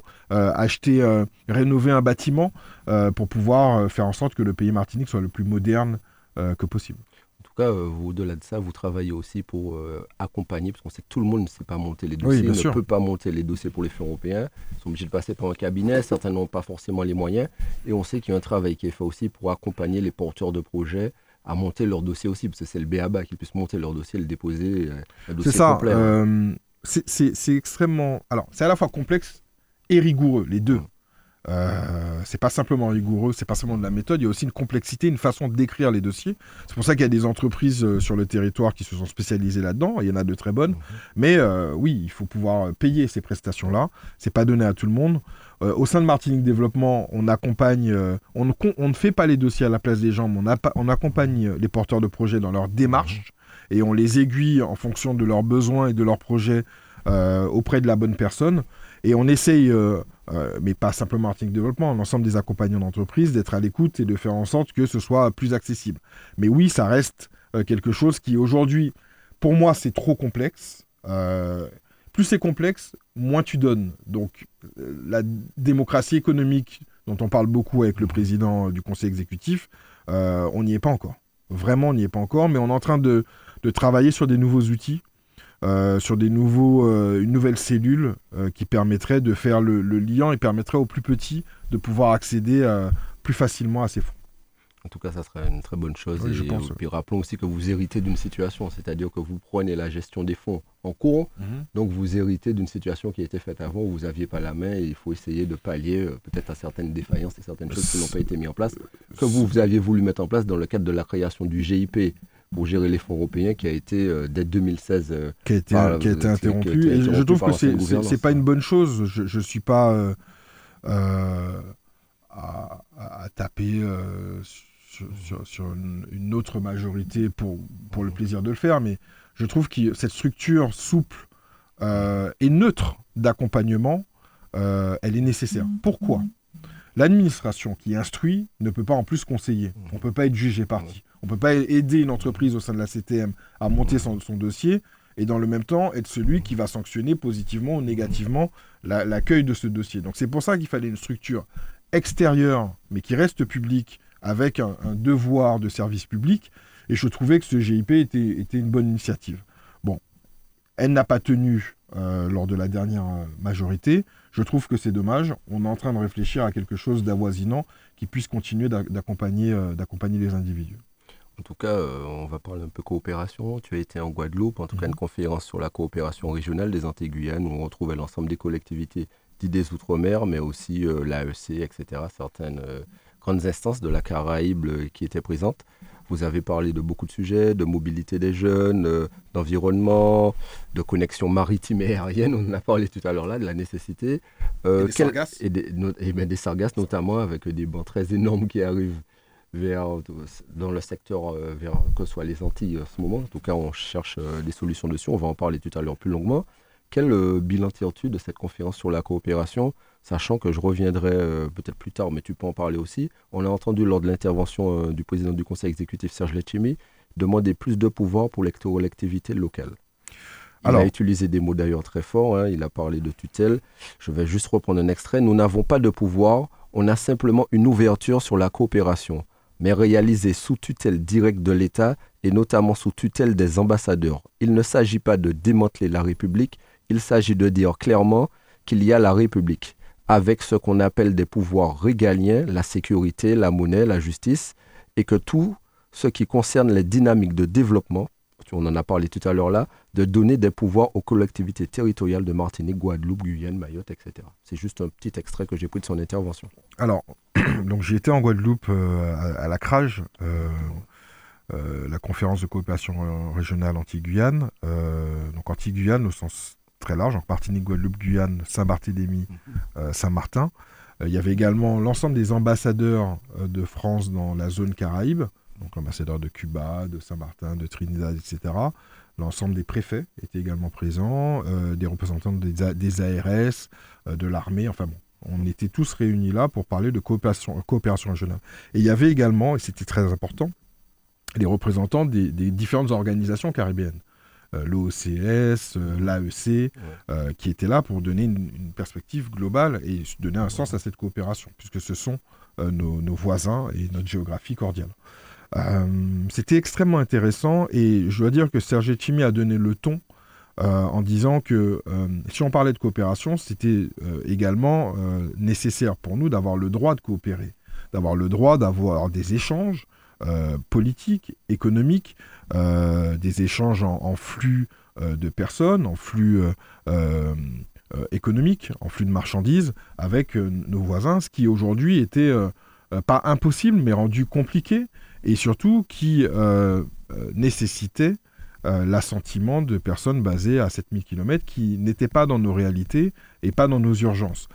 rénover un bâtiment pour pouvoir faire en sorte que le pays Martinique soit le plus moderne que possible.
En tout cas, au-delà de ça, vous travaillez aussi pour accompagner, parce qu'on sait que tout le monde ne sait pas monter les dossiers, ne peut pas monter les dossiers pour les fonds européens. Ils sont obligés de passer par un cabinet, certains n'ont pas forcément les moyens. Et on sait qu'il y a un travail qui est fait aussi pour accompagner les porteurs de projets à monter leur dossier aussi, parce que c'est le b.a.-ba qu'ils puissent monter leur dossier, le déposer, un dossier complet.
C'est extrêmement... Alors, c'est à la fois complexe et rigoureux, les deux. C'est pas simplement rigoureux, c'est pas seulement de la méthode, il y a aussi une complexité, une façon d'écrire les dossiers. C'est pour ça qu'il y a des entreprises sur le territoire qui se sont spécialisées là-dedans, il y en a de très bonnes, mais oui, il faut pouvoir payer ces prestations-là, c'est pas donné à tout le monde. Au sein de Martinique Développement, on accompagne, on ne fait pas les dossiers à la place des gens, mais on accompagne les porteurs de projets dans leur démarche, et on les aiguille en fonction de leurs besoins et de leurs projets auprès de la bonne personne. Et on essaye, mais pas simplement Martinique Développement, l'ensemble des accompagnants d'entreprise, d'être à l'écoute et de faire en sorte que ce soit plus accessible. Mais oui, ça reste quelque chose qui, aujourd'hui, pour moi, c'est trop complexe. Plus c'est complexe, moins tu donnes. Donc, la démocratie économique, dont on parle beaucoup avec le président du conseil exécutif, on n'y est pas encore. Vraiment, on n'y est pas encore, mais on est en train de travailler sur des nouveaux outils, sur une nouvelle cellule qui permettrait de faire le lien et permettrait aux plus petits de pouvoir accéder plus facilement à ces fonds.
En tout cas, ça serait une très bonne chose.
Oui,
et
je pense.
Puis rappelons aussi que vous héritez d'une situation, c'est-à-dire que vous prenez la gestion des fonds en cours, donc vous héritez d'une situation qui a été faite avant où vous n'aviez pas la main et il faut essayer de pallier peut-être à certaines défaillances et certaines choses qui n'ont pas été mises en place, que vous aviez voulu mettre en place dans le cadre de la création du GIP pour gérer les fonds européens qui a été dès 2016
qui a été interrompu. Et je trouve que c'est pas une bonne chose. Je suis pas à taper sur une autre majorité pour le plaisir de le faire, mais je trouve que cette structure souple et neutre d'accompagnement, elle est nécessaire. Pourquoi ? L'administration qui instruit ne peut pas en plus conseiller. On ne peut pas être juge et partie. On ne peut pas aider une entreprise au sein de la CTM à monter son dossier et dans le même temps être celui qui va sanctionner positivement ou négativement l'accueil de ce dossier. Donc c'est pour ça qu'il fallait une structure extérieure mais qui reste publique avec un devoir de service public et je trouvais que ce GIP était une bonne initiative. Bon, elle n'a pas tenu lors de la dernière majorité. Je trouve que c'est dommage. On est en train de réfléchir à quelque chose d'avoisinant qui puisse continuer d'accompagner les individus.
En tout cas, on va parler un peu coopération. Tu as été en Guadeloupe, en tout cas une conférence sur la coopération régionale des Antilles-Guyane où on retrouvait l'ensemble des collectivités dites des Outre-mer, mais aussi l'AEC, etc., certaines grandes instances de la Caraïbe qui étaient présentes. Vous avez parlé de beaucoup de sujets, de mobilité des jeunes, d'environnement, de connexion maritime et aérienne. On en a parlé tout à l'heure là, de la nécessité.
Et des sargasses.
Des sargasses notamment, avec des bancs très énormes qui arrivent dans le secteur, vers que ce soit les Antilles en ce moment. En tout cas, on cherche des solutions dessus. On va en parler tout à l'heure plus longuement. Quel bilan tires-tu de cette conférence sur la coopération, sachant que je reviendrai peut-être plus tard, mais tu peux en parler aussi. On a entendu lors de l'intervention du président du conseil exécutif, Serge Letchimy, demander plus de pouvoir pour les collectivités locales. Il a utilisé des mots d'ailleurs très forts, il a parlé de tutelle. Je vais juste reprendre un extrait. Nous n'avons pas de pouvoir, on a simplement une ouverture sur la coopération, mais réalisée sous tutelle directe de l'État et notamment sous tutelle des ambassadeurs. Il ne s'agit pas de démanteler la République, il s'agit de dire clairement qu'il y a la République, avec ce qu'on appelle des pouvoirs régaliens, la sécurité, la monnaie, la justice, et que tout ce qui concerne les dynamiques de développement, on en a parlé tout à l'heure là, de donner des pouvoirs aux collectivités territoriales de Martinique, Guadeloupe, Guyane, Mayotte, etc. C'est juste un petit extrait que j'ai pris de son intervention.
Alors, donc j'ai été en Guadeloupe à la CRAGE, la conférence de coopération régionale Antilles-Guyane. Donc Antilles-Guyane au sens très large, en Martinique, Guadeloupe, Guyane, Saint-Barthélemy, Saint-Martin. Il y avait également l'ensemble des ambassadeurs de France dans la zone Caraïbe, donc l'ambassadeur de Cuba, de Saint-Martin, de Trinidad, etc. L'ensemble des préfets étaient également présents, des représentants des ARS, de l'armée, enfin bon. On était tous réunis là pour parler de coopération régionale. Et il y avait également, et c'était très important, les représentants des différentes organisations caribéennes. L'OCS, l'AEC, qui étaient là pour donner une perspective globale et donner un sens à cette coopération, puisque ce sont nos voisins et notre géographie cordiale. C'était extrêmement intéressant et je dois dire que Serge-Etchimi a donné le ton en disant que si on parlait de coopération, c'était également nécessaire pour nous d'avoir le droit de coopérer, d'avoir le droit d'avoir des échanges politiques, économiques, des échanges en flux de personnes, en flux économiques, en flux de marchandises avec nos voisins, ce qui aujourd'hui était pas impossible mais rendu compliqué et surtout qui nécessitait l'assentiment de personnes basées à 7000 km qui n'étaient pas dans nos réalités et pas dans nos urgences.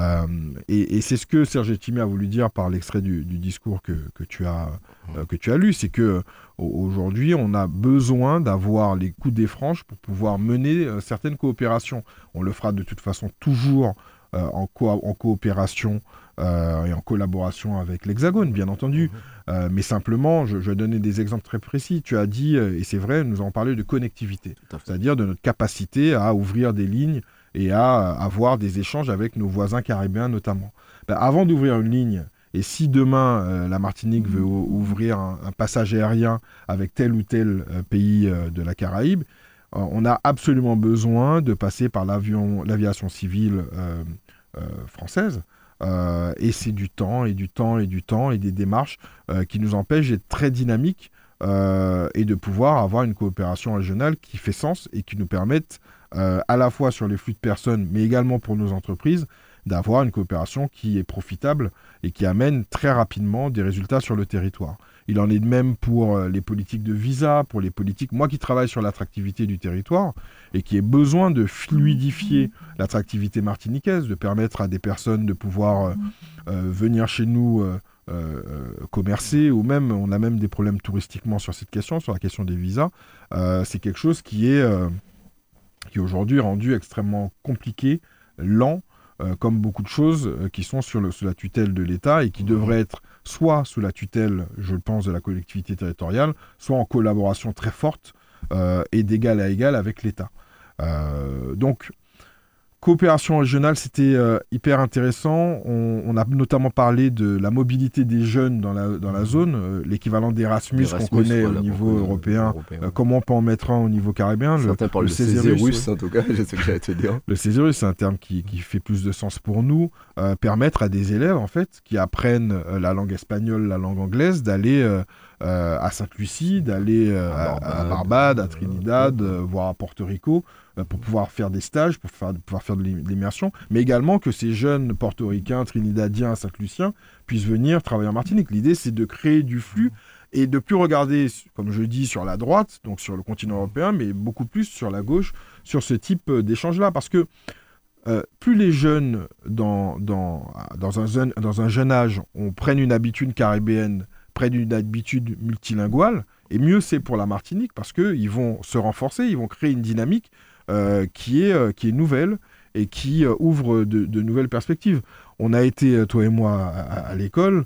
Et c'est ce que Serge-Etchimi a voulu dire par l'extrait du discours que tu as lu, c'est que aujourd'hui on a besoin d'avoir les coudes et franches pour pouvoir mener certaines coopérations. On le fera de toute façon toujours en coopération et en collaboration avec l'Hexagone, bien entendu. Mais simplement, je vais donner des exemples très précis. Tu as dit, et c'est vrai, nous avons parlé de connectivité, c'est-à-dire de notre capacité à ouvrir des lignes et à avoir des échanges avec nos voisins caribéens notamment. Avant d'ouvrir une ligne, et si demain la Martinique veut ouvrir un passage aérien avec tel ou tel pays de la Caraïbe, on a absolument besoin de passer par l'aviation civile française. Et c'est du temps et des démarches qui nous empêchent d'être très dynamiques et de pouvoir avoir une coopération régionale qui fait sens et qui nous permette à la fois sur les flux de personnes mais également pour nos entreprises d'avoir une coopération qui est profitable et qui amène très rapidement des résultats sur le territoire. Il en est de même pour les politiques de visa, pour les politiques... Moi qui travaille sur l'attractivité du territoire et qui ai besoin de fluidifier l'attractivité martiniquaise, de permettre à des personnes de pouvoir venir chez nous commercer, ou même, on a même des problèmes touristiquement sur cette question, sur la question des visas. C'est quelque chose qui est aujourd'hui rendu extrêmement compliqué, lent, comme beaucoup de choses qui sont sous la tutelle de l'État et qui devraient être soit sous la tutelle, je pense, de la collectivité territoriale, soit en collaboration très forte et d'égal à égal avec l'État. Donc, coopération régionale, c'était hyper intéressant. On a notamment parlé de la mobilité des jeunes dans la zone, l'équivalent d'Erasmus qu'on connaît au niveau européen. Comment on peut en mettre un au niveau caribéen?
Certains parlent de Césarus, en tout cas, je sais que j'allais te dire.
Le Césarus, c'est un terme qui fait plus de sens pour nous. Permettre à des élèves, en fait, qui apprennent la langue espagnole, la langue anglaise, d'aller à Sainte-Lucie, d'aller à Barbade, à Trinidad, voire à Porto Rico, pour pouvoir faire des stages, pour pouvoir faire de l'immersion, mais également que ces jeunes portoricains, trinidadiens, saint-luciens puissent venir travailler en Martinique. L'idée, c'est de créer du flux et de plus regarder, comme je dis, sur la droite, donc sur le continent européen, mais beaucoup plus sur la gauche, sur ce type d'échange-là. Parce que plus les jeunes, dans un jeune âge, prennent une habitude caribéenne, prennent une habitude multilinguale, et mieux c'est pour la Martinique, parce qu'ils vont se renforcer, ils vont créer une dynamique qui est nouvelle et qui ouvre de nouvelles perspectives. On a été, toi et moi, à l'école.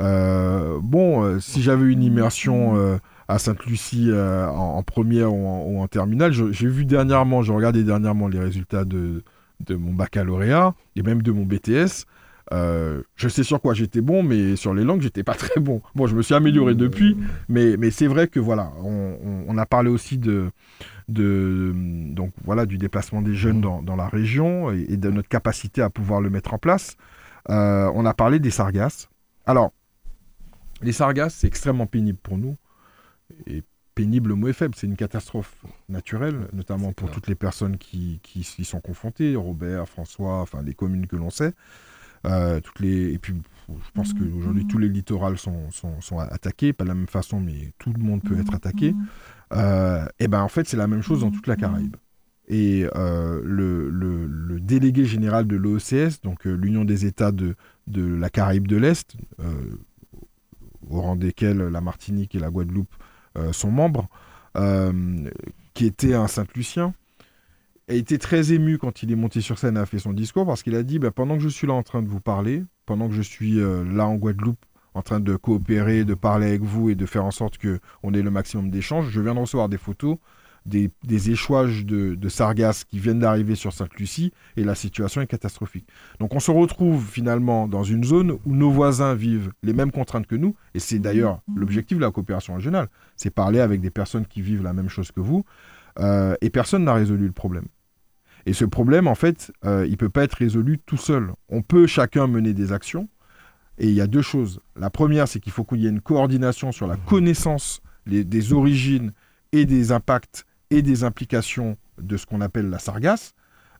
Si j'avais une immersion à Sainte-Lucie en première ou en terminale, j'ai regardé dernièrement les résultats de mon baccalauréat et même de mon BTS. Je sais sur quoi j'étais bon, mais sur les langues, j'étais pas très bon. Bon, je me suis amélioré depuis, mais c'est vrai que voilà, on a parlé aussi donc voilà, du déplacement des jeunes dans la région et de notre capacité à pouvoir le mettre en place. On a parlé des sargasses. Alors, les sargasses, c'est extrêmement pénible pour nous. Et pénible, le mot est faible, c'est une catastrophe naturelle, notamment pour toutes les personnes qui y sont confrontées, Robert, François, enfin les communes que l'on sait. Et puis, je pense qu'aujourd'hui, tous les littorales sont attaqués, pas de la même façon, mais tout le monde peut être attaqué. Et ben en fait, c'est la même chose dans toute la Caraïbe. Et le délégué général de l'OECS, donc l'Union des États de la Caraïbe de l'Est, au rang desquels la Martinique et la Guadeloupe sont membres, qui était un Saint-Lucien, a été très ému quand il est monté sur scène et a fait son discours, parce qu'il a dit pendant que je suis là en train de vous parler, pendant que je suis là en Guadeloupe en train de coopérer, de parler avec vous et de faire en sorte qu'on ait le maximum d'échanges, je viens de recevoir des photos des échouages de sargasses qui viennent d'arriver sur Sainte-Lucie et la situation est catastrophique. Donc on se retrouve finalement dans une zone où nos voisins vivent les mêmes contraintes que nous, et c'est d'ailleurs l'objectif de la coopération régionale, c'est parler avec des personnes qui vivent la même chose que vous, et personne n'a résolu le problème. Et ce problème, en fait, il ne peut pas être résolu tout seul. On peut chacun mener des actions, et il y a deux choses. La première, c'est qu'il faut qu'il y ait une coordination sur la connaissance des origines et des impacts et des implications de ce qu'on appelle la sargasse.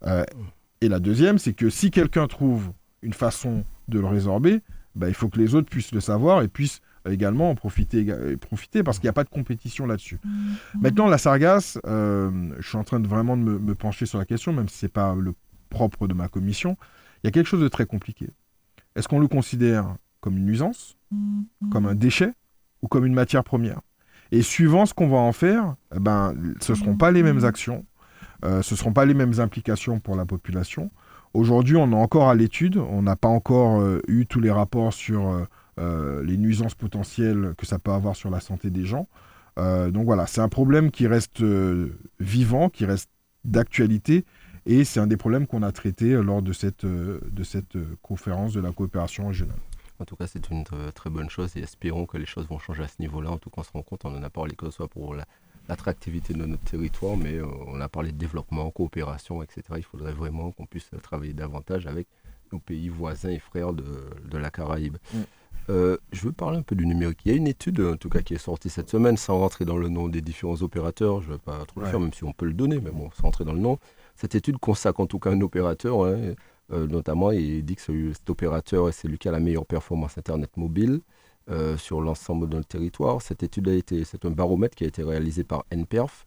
Et la deuxième, c'est que si quelqu'un trouve une façon de le résorber, il faut que les autres puissent le savoir et puissent également en profiter parce qu'il n'y a pas de compétition là-dessus. Maintenant, la sargasse, je suis en train de vraiment me pencher sur la question, même si ce n'est pas le propre de ma commission. Il y a quelque chose de très compliqué. Est-ce qu'on le considère comme une nuisance, comme un déchet ou comme une matière première ? Et suivant ce qu'on va en faire, ce ne seront pas les mêmes actions, ce ne seront pas les mêmes implications pour la population. Aujourd'hui, on est encore à l'étude, on n'a pas encore eu tous les rapports sur les nuisances potentielles que ça peut avoir sur la santé des gens. Donc voilà, c'est un problème qui reste vivant, qui reste d'actualité, et c'est un des problèmes qu'on a traités lors de cette conférence de la coopération régionale.
En tout cas, c'est une très bonne chose et espérons que les choses vont changer à ce niveau-là. En tout cas, on se rend compte, on en a parlé que ce soit pour l'attractivité de notre territoire, mais on a parlé de développement, coopération, etc. Il faudrait vraiment qu'on puisse travailler davantage avec nos pays voisins et frères de la Caraïbe. Je veux parler un peu du numérique. Il y a une étude, en tout cas, qui est sortie cette semaine, sans rentrer dans le nom des différents opérateurs. Je ne vais pas trop le faire, même si on peut le donner, mais bon, sans rentrer dans le nom. Cette étude consacre en tout cas un opérateur, notamment, et dit que cet opérateur, c'est lui qui a la meilleure performance Internet mobile sur l'ensemble de notre territoire. Cette étude c'est un baromètre qui a été réalisé par NPerf.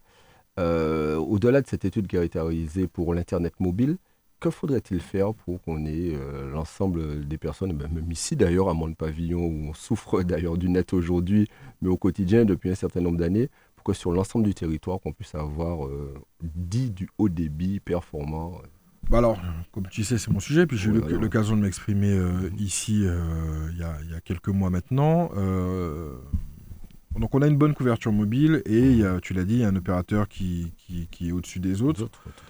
Au-delà de cette étude qui a été réalisée pour l'Internet mobile, que faudrait-il faire pour qu'on ait l'ensemble des personnes, même ici d'ailleurs, à Mont-Pavillon, où on souffre d'ailleurs du net aujourd'hui, mais au quotidien depuis un certain nombre d'années, pour que sur l'ensemble du territoire, qu'on puisse avoir du haut débit performant.
Alors, comme tu sais, c'est mon sujet, puis j'ai eu l'occasion de m'exprimer ici il y a quelques mois maintenant. Donc on a une bonne couverture mobile et tu l'as dit, il y a un opérateur qui est au-dessus des autres,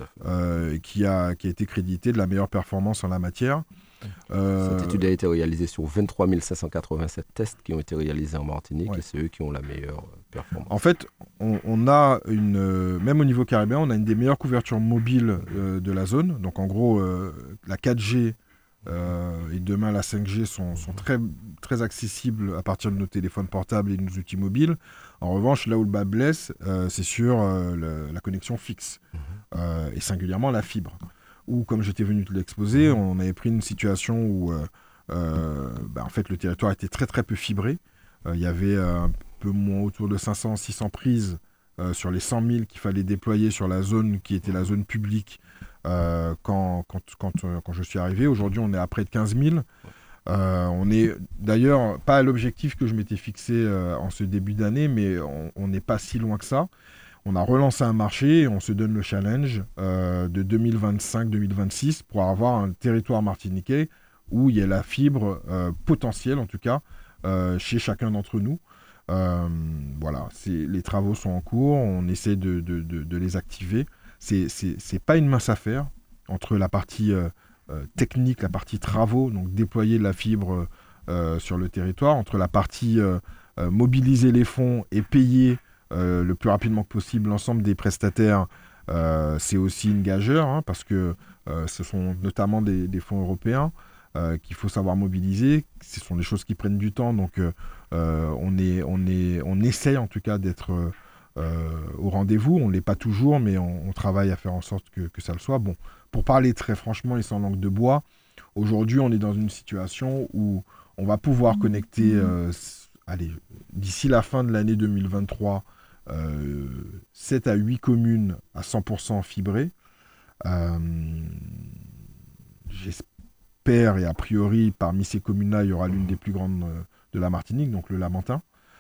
qui a été crédité de la meilleure performance en la matière.
Cette étude a été réalisée sur 23 587 tests qui ont été réalisés en Martinique et c'est eux qui ont la meilleure performance.
En fait, on a même au niveau caribéen, on a une des meilleures couvertures mobiles de la zone. Donc en gros, la 4G et demain la 5G sont très, très accessibles à partir de nos téléphones portables et de nos outils mobiles. En revanche, là où le bas blesse, c'est sur la connexion fixe et singulièrement la fibre. Où, comme j'étais venu te l'exposer, on avait pris une situation où en fait, le territoire était très très peu fibré. Il y avait un peu moins autour de 500-600 prises sur les 100 000 qu'il fallait déployer sur la zone qui était la zone publique quand je suis arrivé. Aujourd'hui, on est à près de 15 000. On est d'ailleurs pas à l'objectif que je m'étais fixé en ce début d'année, mais on n'est pas si loin que ça. On a relancé un marché et on se donne le challenge de 2025-2026 pour avoir un territoire martiniquais où il y a la fibre potentielle, en tout cas, chez chacun d'entre nous. Voilà, les travaux sont en cours, on essaie de les activer. C'est pas une mince affaire entre la partie technique, la partie travaux, donc déployer de la fibre sur le territoire, entre la partie mobiliser les fonds et payer le plus rapidement possible l'ensemble des prestataires, c'est aussi une gageure, hein, parce que ce sont notamment des fonds européens qu'il faut savoir mobiliser. Ce sont des choses qui prennent du temps, donc on essaye en tout cas d'être au rendez-vous. On ne l'est pas toujours, mais on travaille à faire en sorte que ça le soit. Bon, pour parler très franchement et sans langue de bois, aujourd'hui on est dans une situation où on va pouvoir connecter, d'ici la fin de l'année 2023, 7 à 8 communes à 100% fibrées. J'espère, et a priori, parmi ces communes-là, il y aura l'une des plus grandes de la Martinique, donc le Lamentin,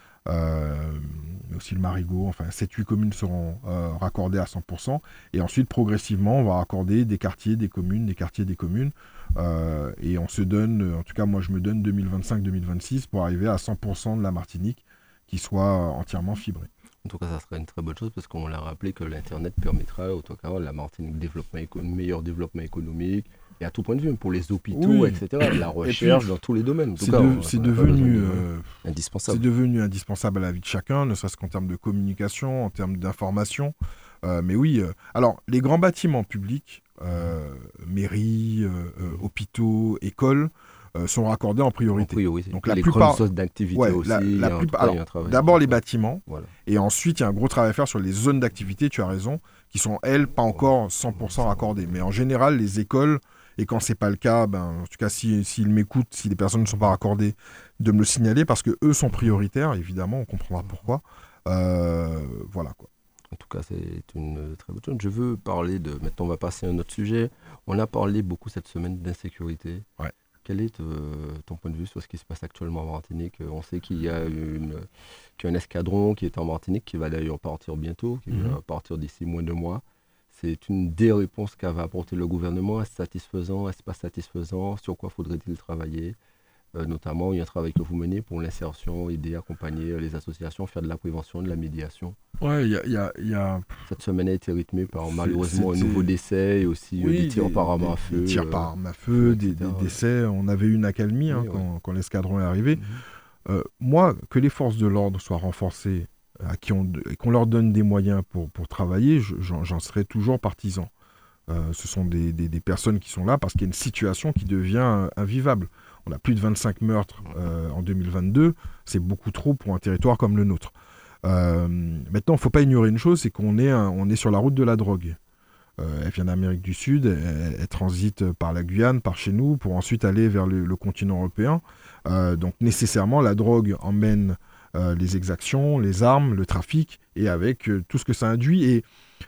mais aussi le Marigot. Enfin, 7-8 communes seront raccordées à 100%. Et ensuite, progressivement, on va raccorder des quartiers, des communes, des quartiers, des communes. Et on se donne, en tout cas, moi, je me donne 2025-2026 pour arriver à 100% de la Martinique qui soit entièrement fibrée.
En tout cas, ça serait une très bonne chose parce qu'on l'a rappelé que l'Internet permettra, au tout cas, la Martinique meilleur développement économique et à tout point de vue, pour les hôpitaux, etc., la recherche dans tous les domaines.
C'est devenu
indispensable.
C'est devenu indispensable à la vie de chacun, ne serait-ce qu'en termes de communication, en termes d'information. Mais oui, alors les grands bâtiments publics, mairies, hôpitaux, écoles, sont raccordés en priorité.
Donc la plupart sources d'activité aussi.
D'abord les bâtiments, et ensuite il y a un gros travail à faire sur les zones d'activité, tu as raison, qui sont elles pas encore 100% raccordées. Mais en général les écoles, et quand c'est pas le cas, en tout cas s'ils m'écoutent, si les personnes ne sont pas raccordées, de me le signaler parce que eux sont prioritaires, évidemment, on comprendra pourquoi. Voilà quoi.
En tout cas, c'est une très bonne chose. Je veux parler de... Maintenant, on va passer à un autre sujet. On a parlé beaucoup cette semaine d'insécurité.
Ouais.
Quel est ton point de vue sur ce qui se passe actuellement en Martinique ? On sait qu'il y a un escadron qui est en Martinique, qui va d'ailleurs partir bientôt, qui va partir d'ici moins de mois. C'est une des réponses qu'avait apporté le gouvernement. Est-ce satisfaisant ? Est-ce pas satisfaisant ? Sur quoi faudrait-il travailler ? Notamment, il y a un travail que vous menez pour l'insertion, aider, accompagner les associations, faire de la prévention, de la médiation.
Ouais, il y a...
Cette semaine a été rythmée par malheureusement un nouveau décès et aussi des tirs par arme à feu.
Des tirs par arme à feu, des décès. On avait eu une accalmie quand l'escadron est arrivé. Moi, que les forces de l'ordre soient renforcées, et qu'on leur donne des moyens pour travailler, j'en serai toujours partisan. Ce sont des personnes qui sont là parce qu'il y a une situation qui devient invivable. On a plus de 25 meurtres en 2022, c'est beaucoup trop pour un territoire comme le nôtre. Maintenant, il ne faut pas ignorer une chose, c'est qu'on est sur la route de la drogue. Elle vient d'Amérique du Sud, elle transite par la Guyane, par chez nous, pour ensuite aller vers le continent européen. Donc nécessairement, la drogue emmène les exactions, les armes, le trafic, et avec tout ce que ça induit. Et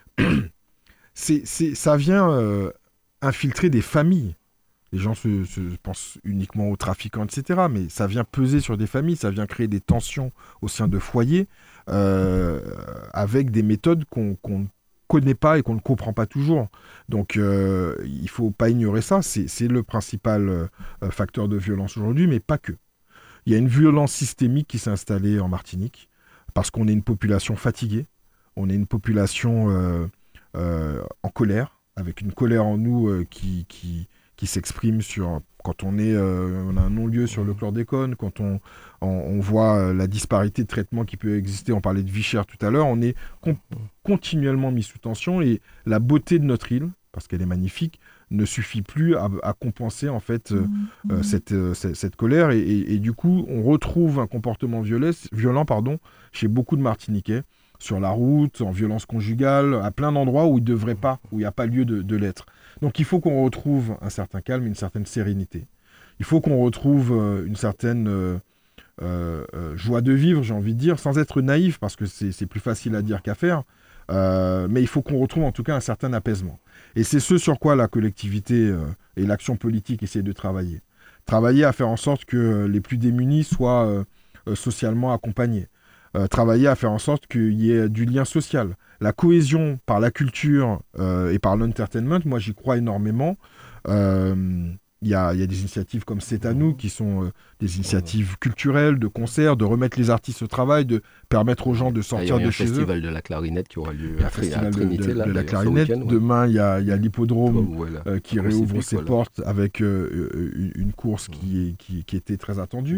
ça vient infiltrer des familles. Les gens se pensent uniquement aux trafiquants, etc. Mais ça vient peser sur des familles, ça vient créer des tensions au sein de foyers avec des méthodes qu'on ne connaît pas et qu'on ne comprend pas toujours. Donc il ne faut pas ignorer ça. C'est le principal facteur de violence aujourd'hui, mais pas que. Il y a une violence systémique qui s'est installée en Martinique parce qu'on est une population fatiguée, on est une population en colère, avec une colère en nous qui s'exprime sur quand on a un non-lieu sur le chlordécone, quand on voit la disparité de traitement qui peut exister. On parlait de vie chère tout à l'heure, on est continuellement mis sous tension et la beauté de notre île, parce qu'elle est magnifique, ne suffit plus à compenser en fait cette colère et du coup on retrouve un comportement violent chez beaucoup de Martiniquais, sur la route, en violence conjugale, à plein d'endroits où il devrait pas, où il n'y a pas lieu de l'être. Donc il faut qu'on retrouve un certain calme, une certaine sérénité. Il faut qu'on retrouve une certaine joie de vivre, j'ai envie de dire, sans être naïf, parce que c'est plus facile à dire qu'à faire, mais il faut qu'on retrouve en tout cas un certain apaisement. Et c'est ce sur quoi la collectivité et l'action politique essaient de travailler. Travailler à faire en sorte que les plus démunis soient socialement accompagnés. Travailler à faire en sorte qu'il y ait du lien social. La cohésion par la culture et par l'entertainment, moi j'y crois énormément. Il Il y a des initiatives comme C'est à nous, qui sont des initiatives culturelles, de concerts, de remettre les artistes au travail, de permettre aux gens de sortir de chez eux.
Il y a un festival de la clarinette qui aura lieu
à
Trinité.
De la clarinette. Demain, il y a l'hippodrome qui réouvre ses portes avec une course qui était très attendue.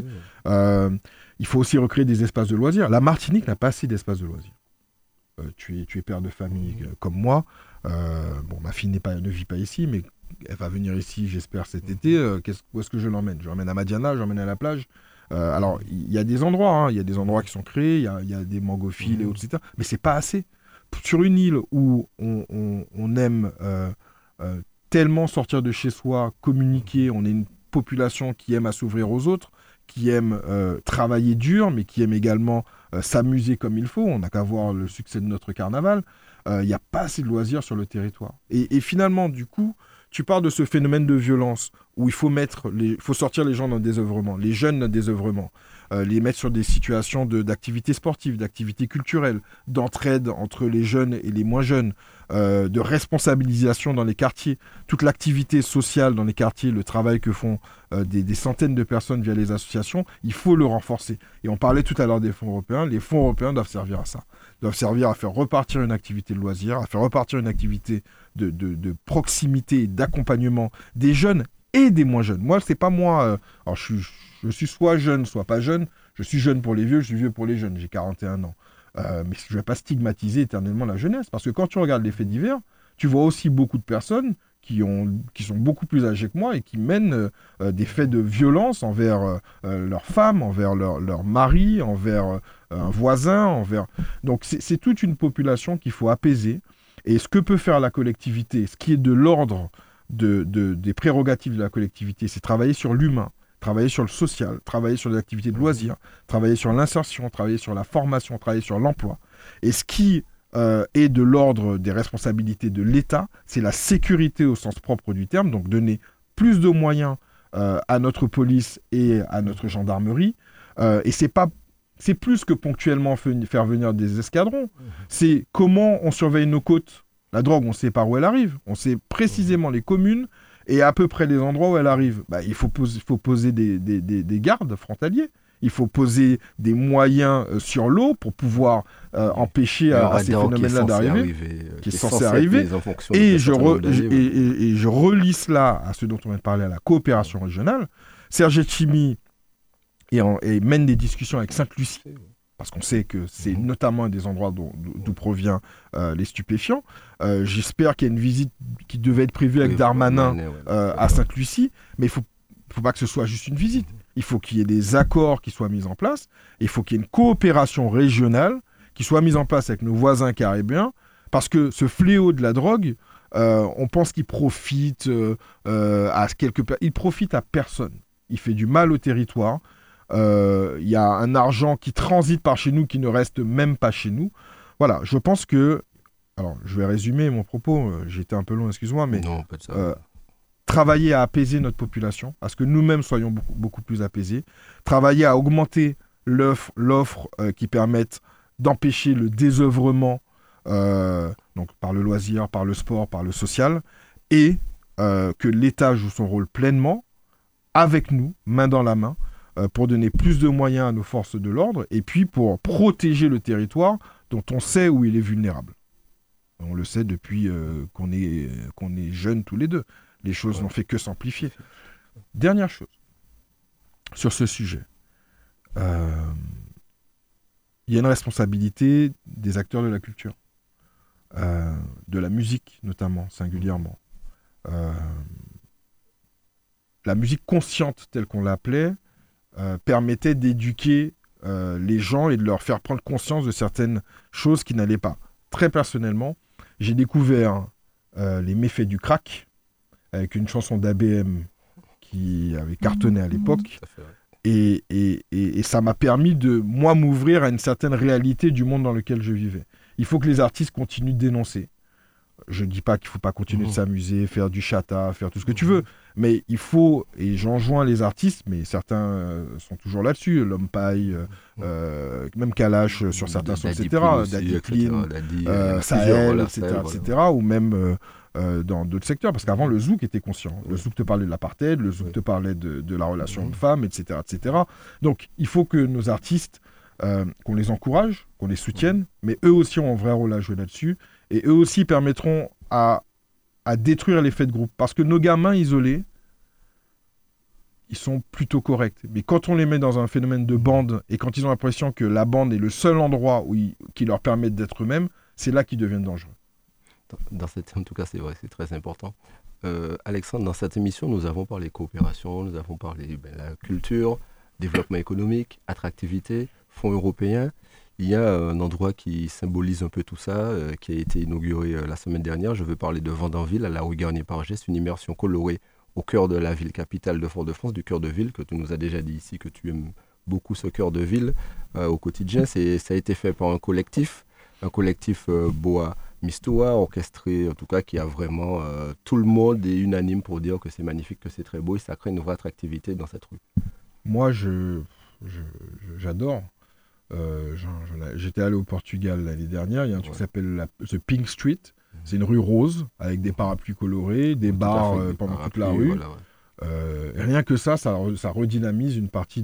Il faut aussi recréer des espaces de loisirs. La Martinique n'a pas assez d'espaces de loisirs. Tu es père de famille comme moi. Ma fille ne vit pas ici, mais elle va venir ici, j'espère, cet été. Où est-ce que je l'emmène ? Je l'emmène à Madiana, je l'emmène à la plage. Alors, il y a des endroits, il y a des endroits qui sont créés, il y a des mangophiles et autres, etc. Mais c'est pas assez. Sur une île où on aime tellement sortir de chez soi, communiquer, on est une population qui aime à s'ouvrir aux autres, qui aime travailler dur, mais qui aime également s'amuser comme il faut. On n'a qu'à voir le succès de notre carnaval. Il n'y a pas assez de loisirs sur le territoire. Et finalement, du coup, tu parles de ce phénomène de violence où il faut sortir les gens dans le désœuvrement, les jeunes dans le désœuvrement, les mettre sur des situations d'activités sportives, d'activités culturelles, d'entraide entre les jeunes et les moins jeunes, de responsabilisation dans les quartiers, toute l'activité sociale dans les quartiers, le travail que font des centaines de personnes via les associations, il faut le renforcer. Et on parlait tout à l'heure des fonds européens, les fonds européens doivent servir à ça, doivent servir à faire repartir une activité de loisir, à faire repartir une activité de proximité et d'accompagnement des jeunes et des moins jeunes. Moi, c'est pas moi. Alors, je suis soit jeune, soit pas jeune. Je suis jeune pour les vieux, je suis vieux pour les jeunes. J'ai 41 ans. Mais je ne vais pas stigmatiser éternellement la jeunesse. Parce que quand tu regardes les faits divers, tu vois aussi beaucoup de personnes qui sont beaucoup plus âgées que moi et qui mènent des faits de violence envers leurs femmes, envers leur mari, envers un voisin. Donc, c'est toute une population qu'il faut apaiser. Et ce que peut faire la collectivité, ce qui est de l'ordre des prérogatives de la collectivité, c'est travailler sur l'humain, travailler sur le social, travailler sur les activités de loisirs, travailler sur l'insertion, travailler sur la formation, travailler sur l'emploi. Et ce qui est de l'ordre des responsabilités de l'État, c'est la sécurité au sens propre du terme, donc donner plus de moyens à notre police et à notre gendarmerie. Et c'est plus que ponctuellement faire venir des escadrons. C'est comment on surveille nos côtes. La drogue, on sait par où elle arrive. On sait précisément les communes et à peu près les endroits où elle arrive. Il faut poser des gardes frontaliers. Il faut poser des moyens sur l'eau pour pouvoir empêcher à ces phénomènes-là d'arriver. Qui est censé arriver. Et je relie cela à ce dont on vient de parler, à la coopération régionale. Serge Etchimi et mène des discussions avec Sainte-Lucie, parce qu'on sait que c'est notamment un des endroits d'où proviennent les stupéfiants. J'espère qu'il y a une visite qui devait être prévue avec Darmanin à Sainte-Lucie, mais il ne faut pas que ce soit juste une visite. Il faut qu'il y ait des accords qui soient mis en place, et il faut qu'il y ait une coopération régionale qui soit mise en place avec nos voisins caribéens, parce que ce fléau de la drogue, on pense qu'il profite il profite à personne. Il fait du mal au territoire. Il y a un argent qui transite par chez nous qui ne reste même pas chez nous. Voilà, je pense que... Alors, je vais résumer mon propos. J'ai été un peu long, excuse-moi, mais...
Non, pas de ça.
Travailler à apaiser notre population, à ce que nous-mêmes soyons beaucoup plus apaisés. Travailler à augmenter l'offre qui permette d'empêcher le désœuvrement, donc par le loisir, par le sport, par le social, et que l'État joue son rôle pleinement, avec nous, main dans la main, pour donner plus de moyens à nos forces de l'ordre, et puis pour protéger le territoire dont on sait où il est vulnérable. On le sait depuis qu'on est jeunes tous les deux. Les choses n'ont fait que s'amplifier. Dernière chose, sur ce sujet. Il y a une responsabilité des acteurs de la culture, de la musique notamment, singulièrement. La musique consciente, telle qu'on l'appelait, permettait d'éduquer les gens et de leur faire prendre conscience de certaines choses qui n'allaient pas. Très personnellement, j'ai découvert les méfaits du crack avec une chanson d'ABM qui avait cartonné à l'époque. Et ça m'a permis de, moi, m'ouvrir à une certaine réalité du monde dans lequel je vivais. Il faut que les artistes continuent de dénoncer. Je ne dis pas qu'il ne faut pas continuer de s'amuser, faire du chata, faire tout ce que tu veux. Mais il faut, et j'enjoins les artistes, mais certains sont toujours là-dessus, L'Homme Paille, même Kalash sur certains sons, etc. Daddy Clean, Sahel, etc. Ou même dans d'autres secteurs. Parce qu'avant, le zouk était conscient. Le zouk te parlait de l'apartheid, le zouk te parlait de la relation homme-femme, etc., etc. Donc, il faut que nos artistes, qu'on les encourage, qu'on les soutienne, mais eux aussi ont un vrai rôle à jouer là-dessus. Et eux aussi permettront à détruire l'effet de groupe. Parce que nos gamins isolés, ils sont plutôt corrects. Mais quand on les met dans un phénomène de bande, et quand ils ont l'impression que la bande est le seul endroit qui leur permet d'être eux-mêmes, c'est là qu'ils deviennent dangereux.
En tout cas, c'est vrai, c'est très important. Alexandre, dans cette émission, nous avons parlé coopération, nous avons parlé la culture, développement économique, attractivité, fonds européens. Il y a un endroit qui symbolise un peu tout ça, qui a été inauguré la semaine dernière. Je veux parler de Vendanville, à la rue Garnier-Pagès, une immersion colorée au cœur de la ville capitale de Fort-de-France, du cœur de ville, que tu nous as déjà dit ici, que tu aimes beaucoup ce cœur de ville au quotidien. Ça a été fait par un collectif Boa Mistoa, orchestré, en tout cas, qui a vraiment tout le monde est unanime pour dire que c'est magnifique, que c'est très beau, et ça crée une vraie attractivité dans cette rue.
Moi, j'adore. J'étais allé au Portugal l'année dernière, il y a un truc qui s'appelle The Pink Street. C'est une rue rose avec des parapluies colorés, des bars pendant toute la rue. Voilà. Rien que ça redynamise une partie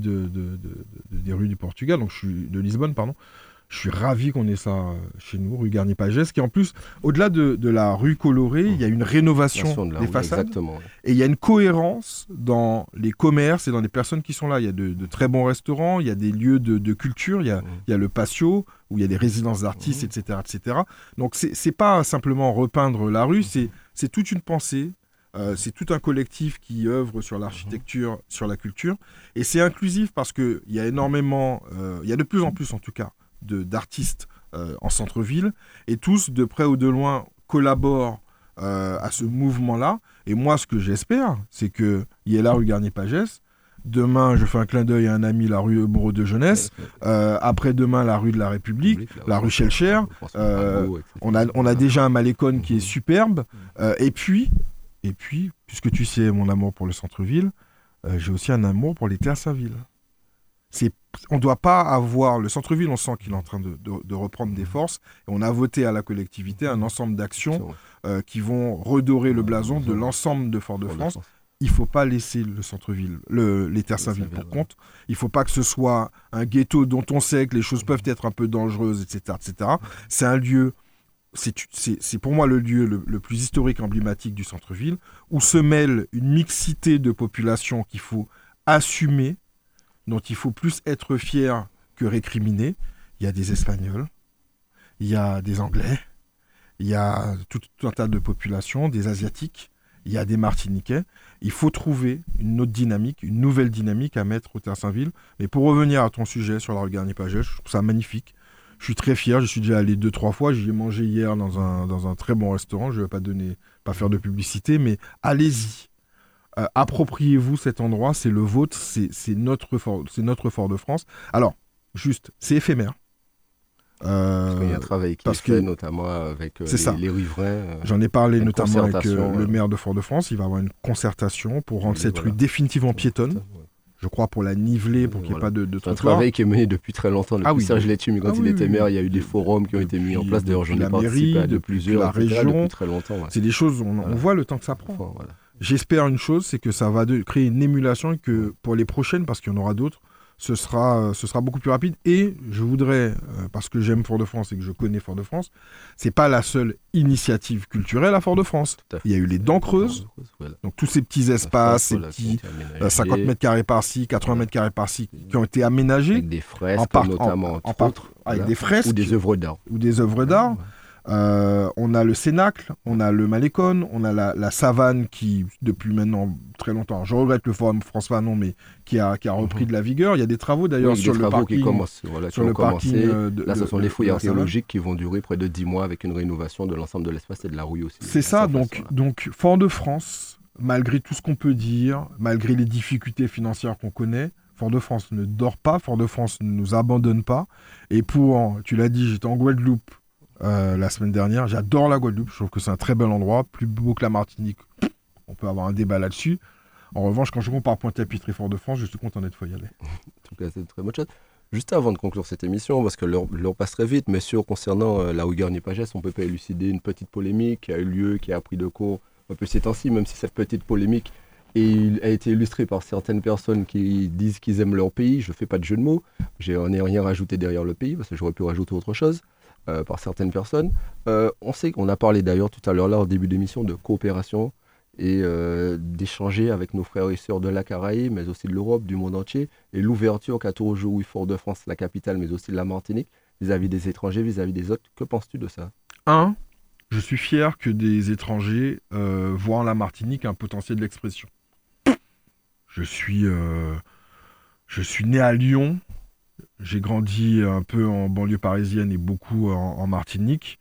des rues du Portugal. Donc de Lisbonne, pardon. Je suis ravi qu'on ait ça chez nous, rue Garnier-Pagès, qui en plus, au-delà de la rue colorée, il y a une rénovation des façades. Exactement. Et il y a une cohérence dans les commerces et dans les personnes qui sont là. Il y a de très bons restaurants, il y a des lieux de culture, il y a le patio, où il y a des résidences d'artistes, etc., etc. Donc, c'est pas simplement repeindre la rue, c'est toute une pensée. C'est tout un collectif qui œuvre sur l'architecture, sur la culture. Et c'est inclusif parce qu'il y a énormément, il y a de plus en plus en tout cas, d'artistes en centre-ville, et tous, de près ou de loin, collaborent à ce mouvement-là. Et moi, ce que j'espère, c'est qu'il y ait la rue Garnier-Pagès. Demain, je fais un clin d'œil à un ami, la rue Moreau de Jeunesse. Après-demain, la rue de la République, la rue Schellcher. On a déjà un Malécon qui est superbe. Et puis, puisque tu sais mon amour pour le centre-ville, j'ai aussi un amour pour les Terre-Saint-Ville. On ne doit pas avoir... Le centre-ville, on sent qu'il est en train de reprendre des forces. Et on a voté à la collectivité un ensemble d'actions qui vont redorer le blason de l'ensemble de Fort-de-France. Il ne faut pas laisser le centre-ville, les Terre-Saint-Ville pour compte. Il ne faut pas que ce soit un ghetto dont on sait que les choses peuvent être un peu dangereuses, etc. etc. C'est un lieu... C'est pour moi le lieu le plus historique, emblématique du centre-ville, où se mêle une mixité de populations qu'il faut assumer, dont il faut plus être fier que récriminer. Il y a des Espagnols, il y a des Anglais, il y a tout un tas de populations, des Asiatiques, il y a des Martiniquais. Il faut trouver une autre dynamique, une nouvelle dynamique à mettre au Terre-Saint-Ville. Mais pour revenir à ton sujet sur la rue Garnier-Pagès, je trouve ça magnifique. Je suis très fier, je suis déjà allé 2-3 fois. J'y ai mangé hier dans un très bon restaurant. Je ne vais pas faire de publicité, mais allez-y. Appropriez-vous cet endroit, c'est le vôtre, c'est notre Fort-de-France. Alors, juste, c'est éphémère.
Parce qu'il y a un travail qui est fait, notamment avec les riverains.
J'en ai parlé notamment avec le maire de Fort-de-France. Il va y avoir une concertation pour rendre cette rue définitivement piétonne. Je crois pour la niveler, pour qu'il n'y ait pas de trottoir.
C'est un travail qui est mené depuis très longtemps. Depuis Serge Lethium, quand il était maire, il y a eu des forums qui ont été mis en place. D'ailleurs, j'en ai participé à plusieurs,
la région,
depuis très longtemps.
C'est des choses, on voit le temps que ça prend. J'espère une chose, c'est que ça va créer une émulation et que pour les prochaines, parce qu'il y en aura d'autres, ce sera beaucoup plus rapide. Et je voudrais, parce que j'aime Fort-de-France et que je connais Fort-de-France, c'est pas la seule initiative culturelle à Fort-de-France. Il y a eu les Dents Creuses, donc tous ces petits espaces, ces petits 50 mètres carrés par-ci, 80 mètres carrés par-ci, qui ont été aménagés.
Avec des fresques, notamment,
avec des fresques.
Ou des œuvres d'art.
On a le Cénacle, on a le Malécon, on a la Savane qui, depuis maintenant très longtemps, je regrette le forum François Fanon, mais qui a repris de la vigueur. Il y a des travaux d'ailleurs sur le parking.
Là, ce sont les fouilles archéologiques qui vont durer près de 10 mois avec une rénovation de l'ensemble de l'espace et de la rue aussi.
C'est ça, donc Fort-de-France, malgré tout ce qu'on peut dire, malgré les difficultés financières qu'on connaît, Fort-de-France ne dort pas, Fort-de-France ne nous abandonne pas. Et tu l'as dit, j'étais en Guadeloupe la semaine dernière. J'adore la Guadeloupe, je trouve que c'est un très bel endroit, plus beau que la Martinique. On peut avoir un débat là-dessus. En revanche, quand je compare Pointe-à-Pitre et Fort-de-France, je suis content d'être fois y aller.
En tout cas, c'est une très bonne chose. Juste avant de conclure cette émission, parce que l'heure passe très vite, mais concernant la rue Garnier-Pagès, on ne peut pas élucider une petite polémique qui a eu lieu, qui a pris de cours un peu ces temps-ci, même si cette petite polémique a été illustrée par certaines personnes qui disent qu'ils aiment leur pays. Je ne fais pas de jeu de mots, on n'ai rien rajouté derrière le pays, parce que j'aurais pu rajouter autre chose par certaines personnes. On sait qu'on a parlé d'ailleurs tout à l'heure, là, au début d'émission, de coopération et d'échanger avec nos frères et sœurs de la Caraïbe, mais aussi de l'Europe, du monde entier, et l'ouverture qu'a toujours joué Fort-de-France, la capitale, mais aussi de la Martinique, vis-à-vis des étrangers, vis-à-vis des autres. Que penses-tu de ça ?
Je suis fier que des étrangers voient en la Martinique un potentiel d'expression. Je suis né à Lyon, j'ai grandi un peu en banlieue parisienne et beaucoup en Martinique.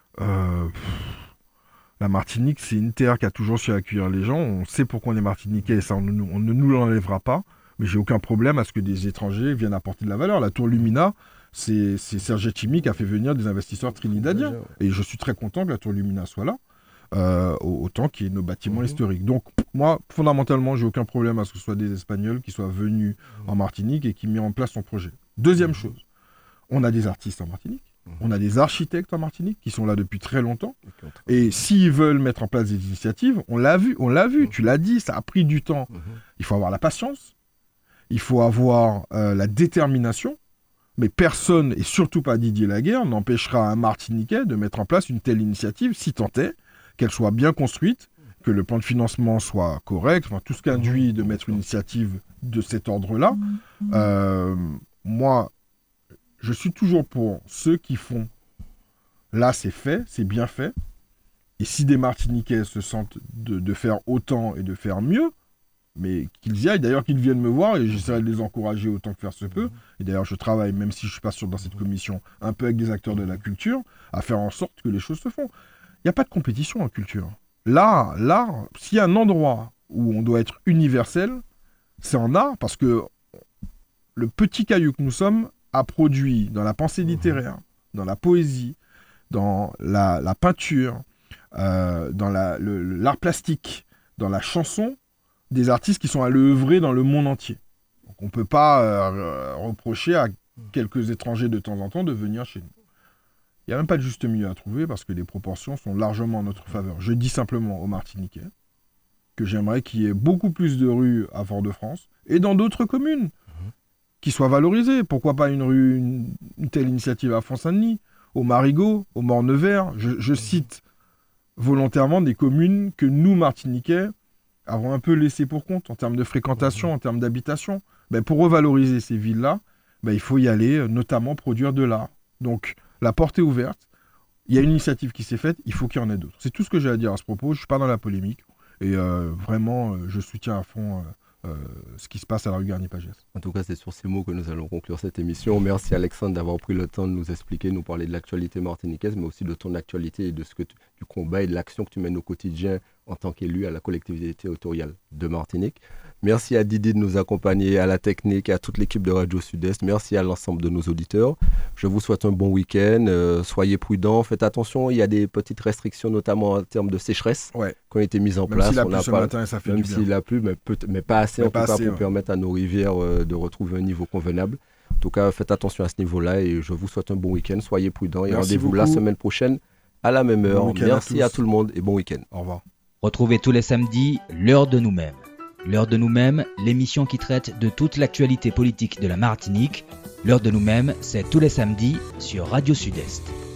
La Martinique, c'est une terre qui a toujours su accueillir les gens. On sait pourquoi on est martiniquais et ça, on ne nous l'enlèvera pas. Mais j'ai aucun problème à ce que des étrangers viennent apporter de la valeur. La tour Lumina, c'est Serge Etchimi qui a fait venir des investisseurs trinidadiens. Et je suis très content que la tour Lumina soit là, autant qu'il y ait nos bâtiments historiques. Donc moi, fondamentalement, j'ai aucun problème à ce que ce soit des Espagnols qui soient venus en Martinique et qui mettent en place son projet. Deuxième chose, on a des artistes en Martinique. On a des architectes en Martinique qui sont là depuis très longtemps. Et s'ils veulent mettre en place des initiatives, on l'a vu, tu l'as dit, ça a pris du temps. Il faut avoir la patience, il faut avoir la détermination, mais personne, et surtout pas Didier Laguerre, n'empêchera un Martiniquais de mettre en place une telle initiative, si tant est qu'elle soit bien construite, que le plan de financement soit correct, enfin, tout ce qu'induit de mettre une initiative de cet ordre-là. Moi, je suis toujours pour ceux qui font. Là, c'est fait, c'est bien fait. Et si des Martiniquais se sentent de faire autant et de faire mieux, mais qu'ils y aillent, d'ailleurs qu'ils viennent me voir et j'essaierai de les encourager autant que faire se peut. Et d'ailleurs, je travaille, même si je ne suis pas sûr dans cette commission, un peu avec des acteurs de la culture, à faire en sorte que les choses se font. Il n'y a pas de compétition en culture. Là, s'il y a un endroit où on doit être universel, c'est en art, parce que le petit caillou que nous sommes a produit dans la pensée littéraire, dans la poésie, dans la peinture, dans l'art plastique, dans la chanson, des artistes qui sont allés œuvrer dans le monde entier. Donc on ne peut pas reprocher à quelques étrangers de temps en temps de venir chez nous. Il n'y a même pas de juste milieu à trouver parce que les proportions sont largement en notre faveur. Je dis simplement aux Martiniquais que j'aimerais qu'il y ait beaucoup plus de rues à Fort-de-France et dans d'autres communes qui soient valorisées. Pourquoi pas une telle initiative à Font-Saint-Denis, au Marigot, au Morne-Vert. Je cite volontairement des communes que nous, Martiniquais, avons un peu laissé pour compte en termes de fréquentation, en termes d'habitation. Pour revaloriser ces villes-là, il faut y aller, notamment produire de l'art. Donc, la porte est ouverte. Il y a une initiative qui s'est faite, il faut qu'il y en ait d'autres. C'est tout ce que j'ai à dire à ce propos. Je ne suis pas dans la polémique. Et vraiment, je soutiens à fond ce qui se passe à la rue Garnier-Pagès.
En tout cas, c'est sur ces mots que nous allons conclure cette émission. Merci Alexandre d'avoir pris le temps de nous expliquer, nous parler de l'actualité martiniquaise, mais aussi de ton actualité et de du combat et de l'action que tu mènes au quotidien en tant qu'élu à la collectivité territoriale de Martinique. Merci à Didi de nous accompagner, à la technique, à toute l'équipe de Radio Sud-Est. Merci à l'ensemble de nos auditeurs. Je vous souhaite un bon week-end. Soyez prudents, faites attention. Il y a des petites restrictions, notamment en termes de sécheresse, qui ont été mises en place.
Même s'il a plu ce matin, ça fait du bien.
Même s'il a plu, mais pas assez, en tout cas, pour permettre à nos rivières de retrouver un niveau convenable. En tout cas, faites attention à ce niveau-là et je vous souhaite un bon week-end. Soyez prudents et rendez-vous la semaine prochaine à la même heure. Merci à tout le monde et bon week-end.
Au revoir.
Retrouvez tous les samedis l'heure de nous-mêmes. L'heure de nous-mêmes, l'émission qui traite de toute l'actualité politique de la Martinique. L'heure de nous-mêmes, c'est tous les samedis sur Radio Sud-Est.